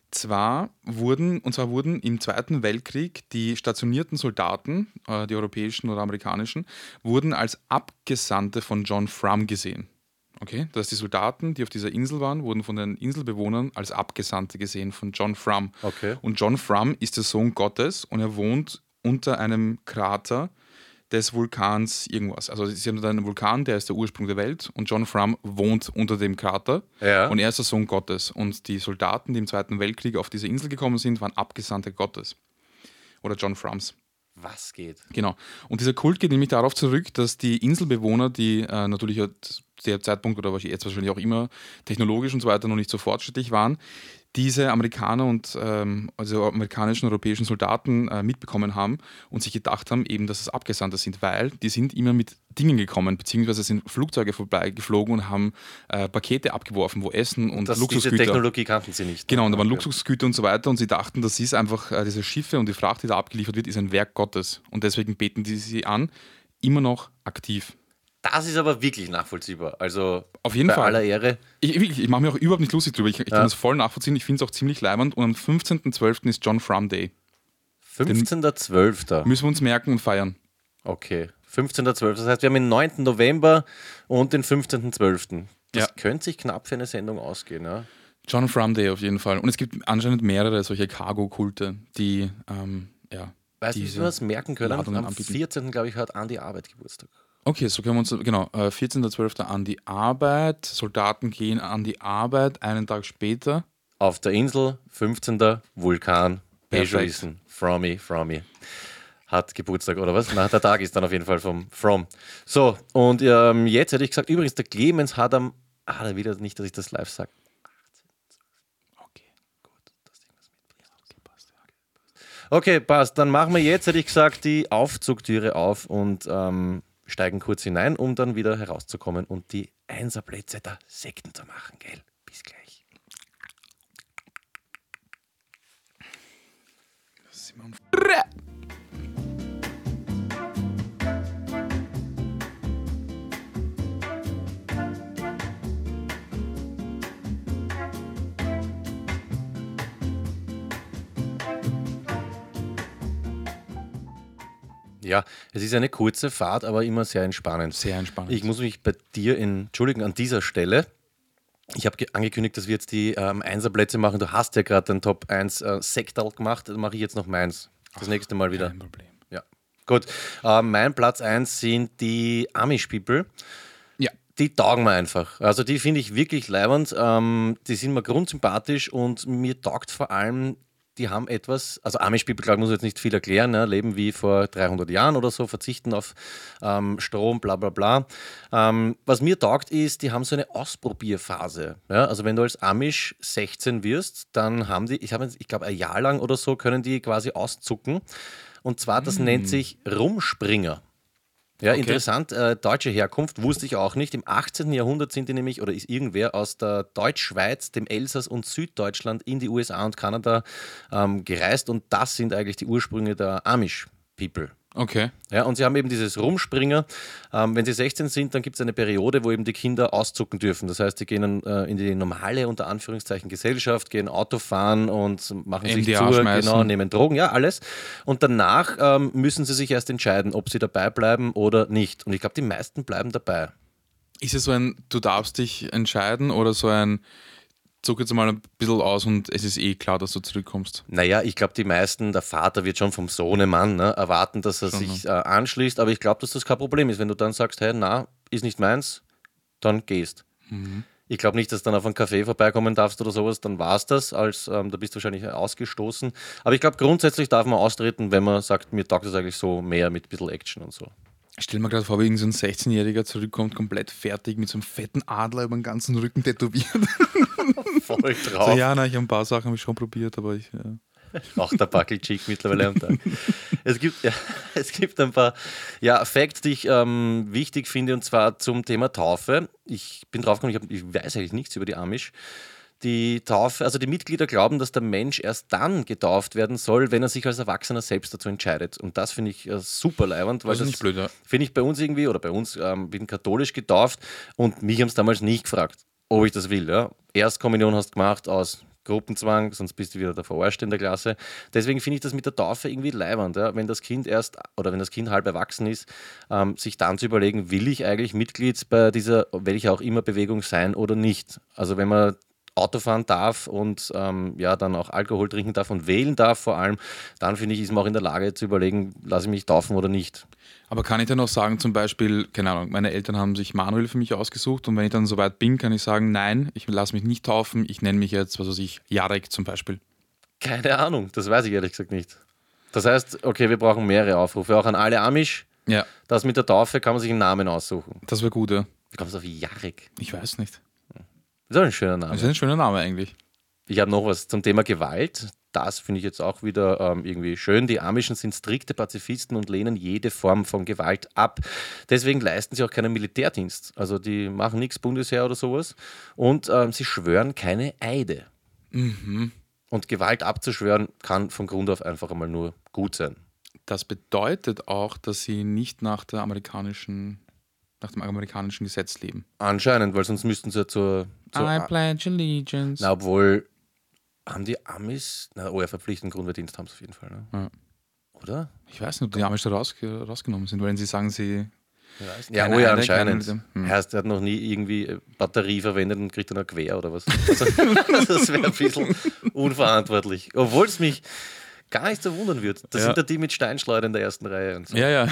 zwar wurden, und zwar wurden im Zweiten Weltkrieg die stationierten Soldaten, äh, die europäischen oder amerikanischen, wurden als Abgesandte von John Frum gesehen. Okay? Das heißt, die Soldaten, die auf dieser Insel waren, wurden von den Inselbewohnern als Abgesandte gesehen von John Frum. Okay. Und John Frum ist der Sohn Gottes und er wohnt unter einem Krater des Vulkans irgendwas. Also sie haben da einen Vulkan, der ist der Ursprung der Welt und John Frum wohnt unter dem Krater Ja. und er ist der Sohn Gottes. Und die Soldaten, die im Zweiten Weltkrieg auf diese Insel gekommen sind, waren Abgesandte Gottes. Oder John Frums. Was geht? Genau. Und dieser Kult geht nämlich darauf zurück, dass die Inselbewohner, die äh, natürlich zu der Zeitpunkt oder jetzt wahrscheinlich auch immer technologisch und so weiter noch nicht so fortschrittlich waren, diese Amerikaner und ähm, also amerikanischen und europäischen Soldaten äh, mitbekommen haben und sich gedacht haben, eben, dass es Abgesandte sind, weil die sind immer mit Dingen gekommen, beziehungsweise sind Flugzeuge vorbeigeflogen und haben äh, Pakete abgeworfen, wo Essen und Das, diese Luxusgüter. Technologie kannten sie nicht. Genau, und da waren Okay. Luxusgüter und so weiter und sie dachten, das ist einfach, äh, diese Schiffe und die Fracht, die da abgeliefert wird, ist ein Werk Gottes. Und deswegen beten die sie an, immer noch aktiv. Das ist aber wirklich nachvollziehbar. Also Auf jeden bei Fall. aller Ehre. Ich, ich, ich mache mir auch überhaupt nicht lustig drüber. Ich, ich Ja. kann das voll nachvollziehen. Ich finde es auch ziemlich leibend. Und am fünfzehnten zwölften ist John Frum Day. fünfzehnter zwölfter Müssen wir uns merken und feiern. Okay, fünfzehnter zwölfter Das heißt, wir haben den neunten November und den fünfzehnten zwölften Das Ja. könnte sich knapp für eine Sendung ausgehen. Ja? John Frum Day auf jeden Fall. Und es gibt anscheinend mehrere solche Cargo-Kulte, die, ähm, ja. Weißt du, wie diese wir das merken können? Ladungen Am anbieten. vierzehnten glaube ich, hat Andi Arbeit Geburtstag. Okay, so können wir uns, genau, äh, vierzehnten zwölften an die Arbeit. Soldaten gehen an die Arbeit, einen Tag später. Auf der Insel, fünfzehnter Vulkan, Perfekt. Bejoisen, Frommy, Frommy. Hat Geburtstag oder was? Nein, der Tag ist dann auf jeden Fall vom From. So, und ähm, jetzt hätte ich gesagt, übrigens, der Clemens hat am, ah, da wieder nicht, dass ich das live sage. Okay. Okay, passt. Dann machen wir jetzt, hätte ich gesagt, die Aufzugtüre auf und ähm, steigen kurz hinein, um dann wieder herauszukommen und die Einserplätze der Sekten zu machen, gell? Bis gleich. Ja, es ist eine kurze Fahrt, aber immer sehr entspannend. Sehr entspannend. Ich muss mich bei dir entschuldigen an dieser Stelle. Ich habe ge- angekündigt, dass wir jetzt die ähm, Einserplätze machen. Du hast ja gerade den Top eins äh, Sektal gemacht, dann mache ich jetzt noch meins. Das nächste Mal wieder. Kein Problem. Ja. Gut. Äh, mein Platz eins sind die Amish-People. Ja. Die taugen mir einfach. Also die finde ich wirklich leibend. Ähm, die sind mir grundsympathisch und mir taugt vor allem, die haben etwas, also Amish-People, glaube ich, muss ich jetzt nicht viel erklären, ne? Leben wie vor dreihundert Jahren oder so, verzichten auf ähm, Strom, bla bla bla. Ähm, was mir taugt ist, die haben so eine Ausprobierphase. Ja? Also wenn du als Amish sechzehn wirst, dann haben die, ich, hab jetzt- ich glaube ein Jahr lang oder so, können die quasi auszucken. Und zwar, das nennt sich Rumspringer. Ja, Okay. interessant. Äh, deutsche Herkunft wusste ich auch nicht. Im achtzehnten Jahrhundert sind die nämlich, oder ist irgendwer aus der Deutschschweiz, dem Elsass und Süddeutschland in die U S A und Kanada ähm, gereist. Und das sind eigentlich die Ursprünge der Amish-People. Okay. Ja, und sie haben eben dieses Rumspringer. Ähm, wenn sie sechzehn sind, dann gibt es eine Periode, wo eben die Kinder auszucken dürfen. Das heißt, die gehen dann, äh, in die normale, unter Anführungszeichen, Gesellschaft, gehen Auto fahren und machen sich M D A zu, schmeißen. genau, nehmen Drogen, ja, alles. Und danach ähm, müssen sie sich erst entscheiden, ob sie dabei bleiben oder nicht. Und ich glaube, die meisten bleiben dabei. Ist es so ein, du darfst dich entscheiden oder so ein, zuck jetzt mal ein bisschen aus und es ist eh klar, dass du zurückkommst. Naja, ich glaube, die meisten, der Vater wird schon vom Sohnemann ne, erwarten, dass er Schon, sich äh, anschließt, aber ich glaube, dass das kein Problem ist. Wenn du dann sagst, hey, na, ist nicht meins, dann gehst. Mhm. Ich glaube nicht, dass du dann auf einen Café vorbeikommen darfst oder sowas, dann war es das, als ähm, da bist du wahrscheinlich ausgestoßen. Aber ich glaube, grundsätzlich darf man austreten, wenn man sagt, mir taugt das eigentlich so mehr mit ein bisschen Action und so. Stell mir gerade vor, wie irgend so ein sechzehnjähriger zurückkommt, komplett fertig, mit so einem fetten Adler über den ganzen Rücken tätowiert. Voll drauf. So, ja, na, ich habe ein paar Sachen habe ich schon probiert, aber ich... Ja. Auch der Buckel-Cheek mittlerweile am Tag. Es gibt, ja, es gibt ein paar ja, Facts, die ich ähm, wichtig finde, und zwar zum Thema Taufe. Ich bin draufgekommen, ich, hab, ich weiß eigentlich nichts über die Amish. Die Taufe, also die Mitglieder glauben, dass der Mensch erst dann getauft werden soll, wenn er sich als Erwachsener selbst dazu entscheidet. Und das finde ich äh, super leibend, weil Das ist das nicht blöd, ja. finde ich bei uns irgendwie, oder bei uns, ähm, bin katholisch getauft und mich haben es damals nicht gefragt, ob ich das will. Ja. Erstkommunion hast du gemacht aus Gruppenzwang, sonst bist du wieder der Verarschte in der Klasse. Deswegen finde ich das mit der Taufe irgendwie leibend, ja? Wenn das Kind erst oder wenn das Kind halb erwachsen ist, ähm, sich dann zu überlegen, will ich eigentlich Mitglied bei dieser, welcher auch immer Bewegung sein oder nicht. Also wenn man Auto fahren darf und ähm, ja, dann auch Alkohol trinken darf und wählen darf vor allem, dann finde ich, ist man auch in der Lage zu überlegen, lasse ich mich taufen oder nicht. Aber kann ich dann auch sagen, zum Beispiel, keine Ahnung, meine Eltern haben sich Manuel für mich ausgesucht und wenn ich dann soweit bin, kann ich sagen, nein, ich lasse mich nicht taufen, ich nenne mich jetzt, was weiß ich, Jarek zum Beispiel. Keine Ahnung, das weiß ich ehrlich gesagt nicht. Das heißt, okay, wir brauchen mehrere Aufrufe, auch an alle Amish. Ja. Das mit der Taufe kann man sich einen Namen aussuchen. Das wäre gut, ja. Wie kommst du auf Jarek? Ich weiß nicht. Das ist auch ein schöner Name. Das ist ein schöner Name eigentlich. Ich habe noch was zum Thema Gewalt. Das finde ich jetzt auch wieder ähm, irgendwie schön. Die Amischen sind strikte Pazifisten und lehnen jede Form von Gewalt ab. Deswegen leisten sie auch keinen Militärdienst. Also die machen nichts Bundesheer oder sowas. Und ähm, sie schwören keine Eide. Mhm. Und Gewalt abzuschwören kann von Grund auf einfach einmal nur gut sein. Das bedeutet auch, dass sie nicht nach der amerikanischen, nach dem amerikanischen Gesetz leben. Anscheinend, weil sonst müssten sie ja zur... zur I pledge allegiance. Na, obwohl... Haben die Amis... Na, oh ja, verpflichtenden Grundwehrdienst haben sie auf jeden Fall. Ne? Ja. Oder? Ich weiß nicht, ob die Amis da rausge- rausgenommen sind, weil sie sagen, sie... Ja, Keine oh ja, Eide, anscheinend. keine- Hm. Heißt, er hat noch nie irgendwie Batterie verwendet und kriegt dann ein Quer oder was. Also, das wäre ein bisschen unverantwortlich. Obwohl es mich gar nicht so wundern wird. Das Ja. sind ja die mit Steinschleuder in der ersten Reihe. Und so. Ja, ja.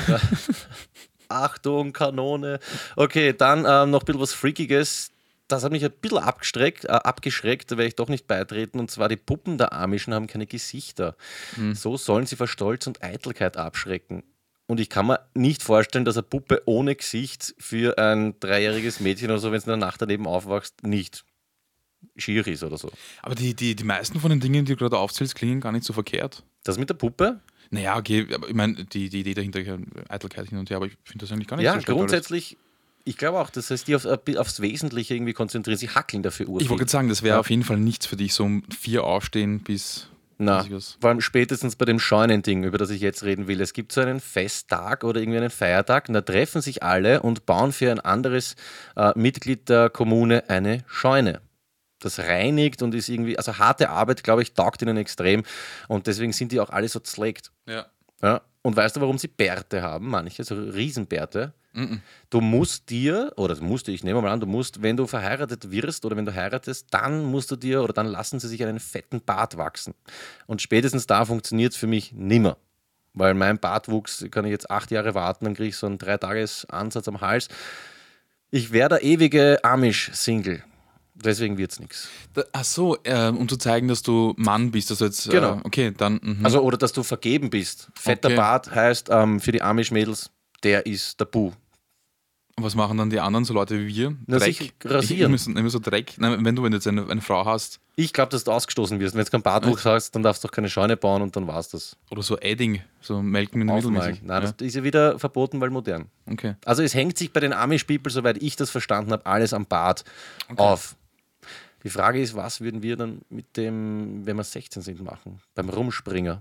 Achtung, Kanone. Okay, dann ähm, noch ein bisschen was Freakiges. Das hat mich ein bisschen abgestreckt, äh, abgeschreckt, da werde ich doch nicht beitreten. Und zwar die Puppen der Amischen haben keine Gesichter. Hm. So sollen sie vor Stolz und Eitelkeit abschrecken. Und ich kann mir nicht vorstellen, dass eine Puppe ohne Gesicht für ein dreijähriges Mädchen oder so, wenn es in der Nacht daneben aufwachst, nicht schier ist oder so. Aber die, die, die meisten von den Dingen, die du gerade aufzählst, klingen gar nicht so verkehrt. Das mit der Puppe? Naja, okay, aber ich meine, die, die Idee dahinter, Eitelkeit hin und her, aber ich finde das eigentlich gar nicht Ja, so schlecht. grundsätzlich, ich glaube auch, dass heißt, die auf, aufs Wesentliche irgendwie konzentrieren. Sie hackeln dafür urviel. Ich wollte gerade sagen, das wäre Ja. auf jeden Fall nichts für dich, so um vier aufstehen bis... Na, weiß ich was. vor allem spätestens bei dem Scheunending, über das ich jetzt reden will. Es gibt so einen Festtag oder irgendwie einen Feiertag und da treffen sich alle und bauen für ein anderes äh, Mitglied der Kommune eine Scheune. Das reinigt und ist irgendwie, also harte Arbeit, glaube ich, taugt ihnen extrem und deswegen sind die auch alle so zlegt. Ja. Ja? Und weißt du, warum sie Bärte haben? Manche, so Riesenbärte. Mhm. Du musst dir, oder das musst du, ich nehme mal an, du musst, wenn du verheiratet wirst oder wenn du heiratest, dann musst du dir oder dann lassen sie sich einen fetten Bart wachsen. Und spätestens da funktioniert es für mich nimmer. Weil mein Bartwuchs, kann ich jetzt acht Jahre warten, dann kriege ich so einen Drei-Tages-Ansatz am Hals. Ich wäre der ewige Amish-Single. Deswegen wird es nichts. Da, ach so, äh, um zu zeigen, dass du Mann bist, also jetzt, Genau. äh, okay, dann, mhm. Also, oder dass du vergeben bist. Fetter Okay. Bart heißt ähm, für die Amish-Mädels, der ist tabu. Und was machen dann die anderen, so Leute wie wir? Na, Dreck. sich rasieren. Ich, müssen, immer so Dreck. Nein, wenn du wenn du jetzt eine, eine Frau hast Ich glaube, dass du ausgestoßen wirst. Wenn du keinen Bartwuchs hast, dann darfst du auch keine Scheune bauen und dann war's das. oder so Edding, so melken mit Aufmalen. mittelmäßig. Nein, ja. das ist ja wieder verboten, weil modern. Okay. Also es hängt sich bei den Amish-People, soweit ich das verstanden habe, alles am Bart auf. Die Frage ist, was würden wir dann mit dem, wenn wir sechzehn sind, machen? Beim Rumspringer.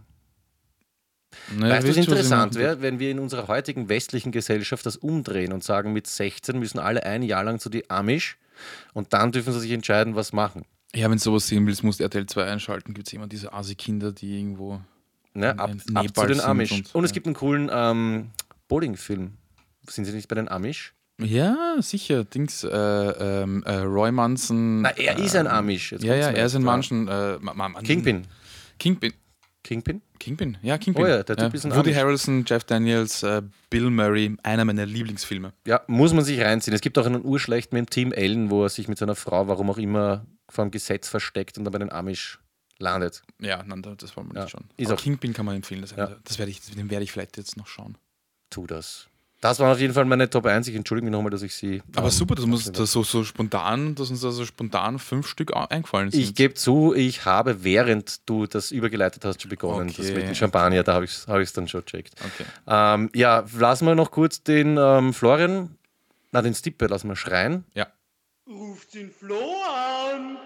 Naja, Weißt du, was wisst ihr, was ich interessant meine? wäre, wenn wir in unserer heutigen westlichen Gesellschaft das umdrehen und sagen, mit sechzehn müssen alle ein Jahr lang zu die Amish und dann dürfen sie sich entscheiden, was machen. Ja, wenn du sowas sehen willst, musst du R T L zwei einschalten. Gibt es immer diese Asi-Kinder, die irgendwo. Ne? In- Ab, in ab Nepal zu den sind Amish. und- Und, es ja. gibt einen coolen ähm, Bowling-Film. Sind sie nicht bei den Amish? Ja, sicher. Dings, äh, ähm, äh, Roy Manson. Na, er ist ein Amish. Jetzt Ja, kommt's ja, mir er ist ein jetzt, Manchen. Äh, Ma- Ma- Kingpin. Kingpin. Kingpin? Kingpin, ja, Kingpin. Oh ja, der Typ ist ein Woody Amish. Harrelson, Jeff Daniels, äh, Bill Murray, einer meiner Lieblingsfilme. Ja, muss man sich reinziehen. Es gibt auch einen Urschlecht mit dem Team Ellen, wo er sich mit seiner Frau, warum auch immer, vor dem Gesetz versteckt und dann bei den Amish landet. Ja, nein, das wollen wir Ja, nicht schauen. ist Aber auch- Kingpin kann man empfehlen. Das, Ja. das werde ich, den werde ich vielleicht jetzt noch schauen. Tu das. Das waren auf jeden Fall meine Top eins. Ich entschuldige mich nochmal, dass ich sie. Aber ähm, super, dass, uns abgelehnt das so, so spontan, dass uns da so spontan fünf Stück au- eingefallen sind. Ich gebe zu, ich habe, während du das übergeleitet hast, schon begonnen. Okay. Das mit dem Champagner, da habe ich es hab ich's dann schon gecheckt. Okay. Ähm, ja, lassen wir noch kurz den ähm, Florian, na den Stippe, lassen wir schreien. Ja. Ruft den Flo an.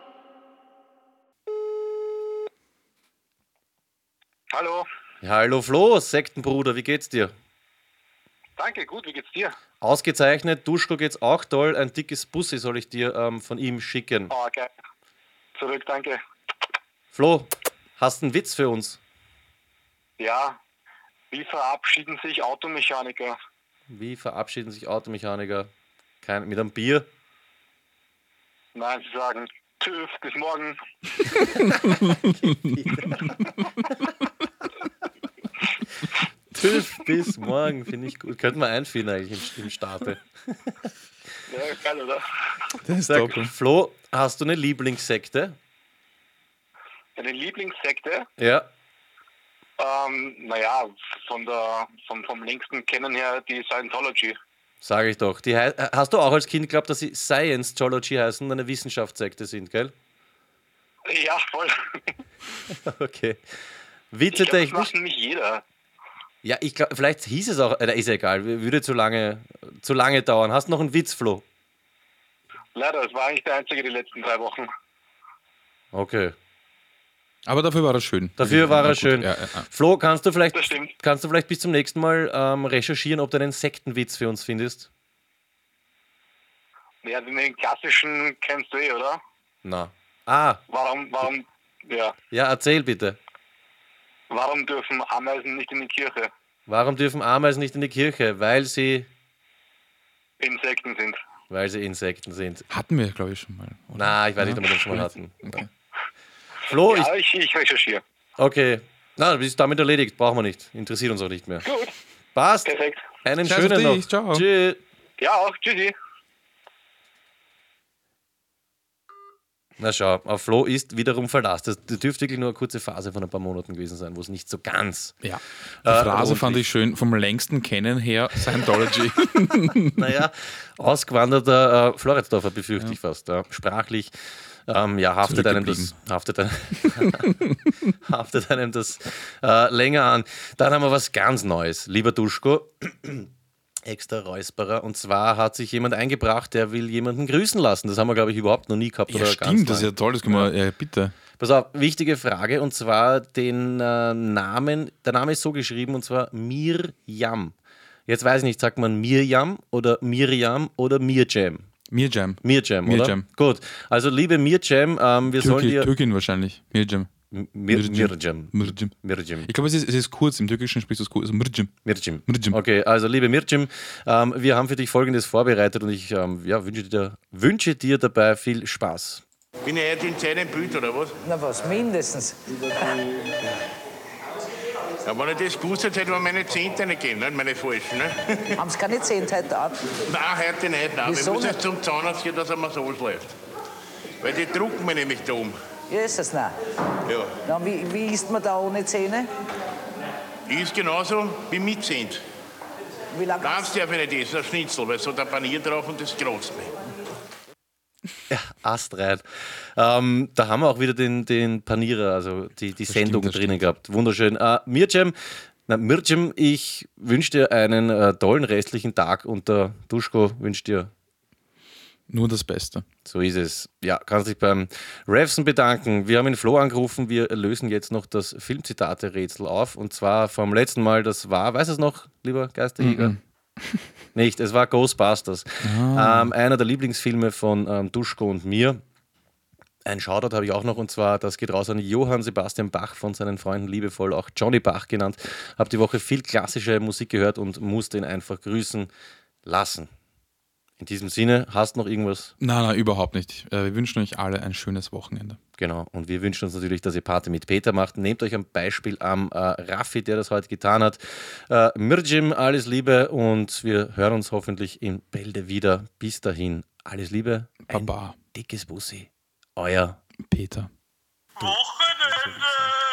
Hallo, Ja, hallo Flo, Sektenbruder, wie geht's dir? danke, gut, wie geht's dir? Ausgezeichnet, Duschko geht's auch toll. Ein dickes Bussi soll ich dir ähm, von ihm schicken. Oh, geil. Zurück, danke. Flo, hast du einen Witz für uns? Ja, wie verabschieden sich Automechaniker? Wie verabschieden sich Automechaniker? Kein, mit einem Bier? Nein, sie sagen, tschüss, bis morgen. Tschüss, bis morgen, finde ich gut. Könnten wir einführen eigentlich im, im Stapel. Ja, geil, oder? Das ist Sag, top. Flo, hast du eine Lieblingssekte? Eine Lieblingssekte? Ja. Ähm, naja, von der, vom, vom längsten Kennen her die Scientology. Sage ich doch. Die hei- hast du auch als Kind geglaubt, dass sie Science-Tology heißen und eine Wissenschaftssekte sind, gell? Ja, voll. Okay. Ich glaube, das Witzetechnisch? macht nämlich jeder. Ja, ich glaube, vielleicht hieß es auch, äh, ist ja egal, würde zu lange, zu lange dauern. Hast du noch einen Witz, Flo? Leider, es war eigentlich der einzige die letzten drei Wochen. Okay. Aber dafür war er schön. Dafür war er Gut. schön. Ja, ja, ja. Flo, kannst du vielleicht, Das stimmt. kannst du vielleicht bis zum nächsten Mal ähm, recherchieren, ob du einen Sektenwitz für uns findest? Ja, den klassischen kennst du eh, oder? Na. Ah, Warum, warum, ja, ja, erzähl bitte. warum dürfen Ameisen nicht in die Kirche? Warum dürfen Ameisen nicht in die Kirche? Weil sie, Insekten sind. weil sie Insekten sind. Hatten wir, glaube ich, schon mal. oder? Na, ich weiß nicht, ob wir das schon mal hatten. Flo, ich, Ja, ich, ich recherchiere. okay. Na, das ist damit erledigt. Brauchen wir nicht. Interessiert uns auch nicht mehr. Gut, Passt. perfekt. Einen Scheiß auf schönen noch. dich. Ciao. Tschüss. Ja, auch. Tschüssi. Na schau, auf Flo ist wiederum Verlass. Das dürfte wirklich nur eine kurze Phase von ein paar Monaten gewesen sein, wo es nicht so ganz. Ja. Die Äh, Phrase rund fand lief. ich schön. Vom längsten Kennen her Scientology. Naja, ausgewanderter äh, Floridsdorfer befürchte ich fast. Ja. Sprachlich ähm, ja, haftet, einem das, haftet, ein, haftet einem das äh, länger an. Dann haben wir was ganz Neues. Lieber Duschko, extra Räusperer. Und zwar hat sich jemand eingebracht, der will jemanden grüßen lassen. Das haben wir, glaube ich, überhaupt noch nie gehabt. Ja, oder ganz stimmt. Das ist neu. ja toll. Das können wir, äh, bitte. Pass auf, wichtige Frage, und zwar den äh, Namen, der Name ist so geschrieben, und zwar Mirjam. Jetzt weiß ich nicht, sagt man Mirjam oder Miriam oder Mirjam? Mirjam. Mirjam, oder? Mirjam. Gut, also liebe Mirjam, ähm, wir sollen Türki, dir... Türkin wahrscheinlich. Mirjam. Mir- Mirjam. Mirjam. Mirjam. Ich glaube, es ist, es ist kurz. Im Türkischen sprichst du es kurz. Also Mirjam. Mirjam. Mirjam. Okay, also liebe Mirjam, ähm, wir haben für dich Folgendes vorbereitet und ich ähm, ja, wünsche, dir, wünsche dir dabei viel Spaß. Bin ich jetzt in seinem Bild oder was? Na was, mindestens. Ja, wenn ich das gewusst hätte, hätte man meine Zehnte nicht gehen, nicht meine falschen. Ne? Haben Sie keine Zehntheit da? Nein, heute nicht. Nein. Wieso Wir müssen nicht? jetzt zum Zahnarzt gehen, dass er mir so läuft. Weil die drucken mir nämlich da um. Ja, ist es nicht. Ja. Na, wie, wie isst man da ohne Zähne? Die ist genauso wie mit Zehn. Wie lange? Ganz darf ich nicht essen, ein Schnitzel, weil so der Panier drauf und das kratzt mich. Ast rein. Ähm, da haben wir auch wieder den, den Panierer, also die, die Sendung das drinnen gehabt. Wunderschön. Äh, Mirjam, na, Mirjam, ich wünsche dir einen äh, tollen restlichen Tag und der Duschko wünscht dir, Nur das Beste. so ist es. Ja, kannst dich beim Revsen bedanken. Wir haben den Flo angerufen, wir lösen jetzt noch das Filmzitate-Rätsel auf und zwar vom letzten Mal, das war, weiß es noch, lieber Geisterjäger? Mhm. Nicht, es war Ghostbusters. Ähm, einer der Lieblingsfilme von ähm, Duschko und mir. Ein Shoutout habe ich auch noch, und zwar, das geht raus an Johann Sebastian Bach, von seinen Freunden liebevoll auch Johnny Bach genannt. Habe die Woche viel klassische Musik gehört und musste ihn einfach grüßen lassen. In diesem Sinne, hast noch irgendwas? Nein, nein, überhaupt nicht. Äh, wir wünschen euch alle ein schönes Wochenende. Genau, und wir wünschen uns natürlich, dass ihr Party mit Peter macht. Nehmt euch ein Beispiel am äh, Raffi, der das heute getan hat. Äh, Mirjim, alles Liebe und wir hören uns hoffentlich in Bälde wieder. Bis dahin, alles Liebe. Baba. Ein dickes Bussi. Euer Peter. Wochenende!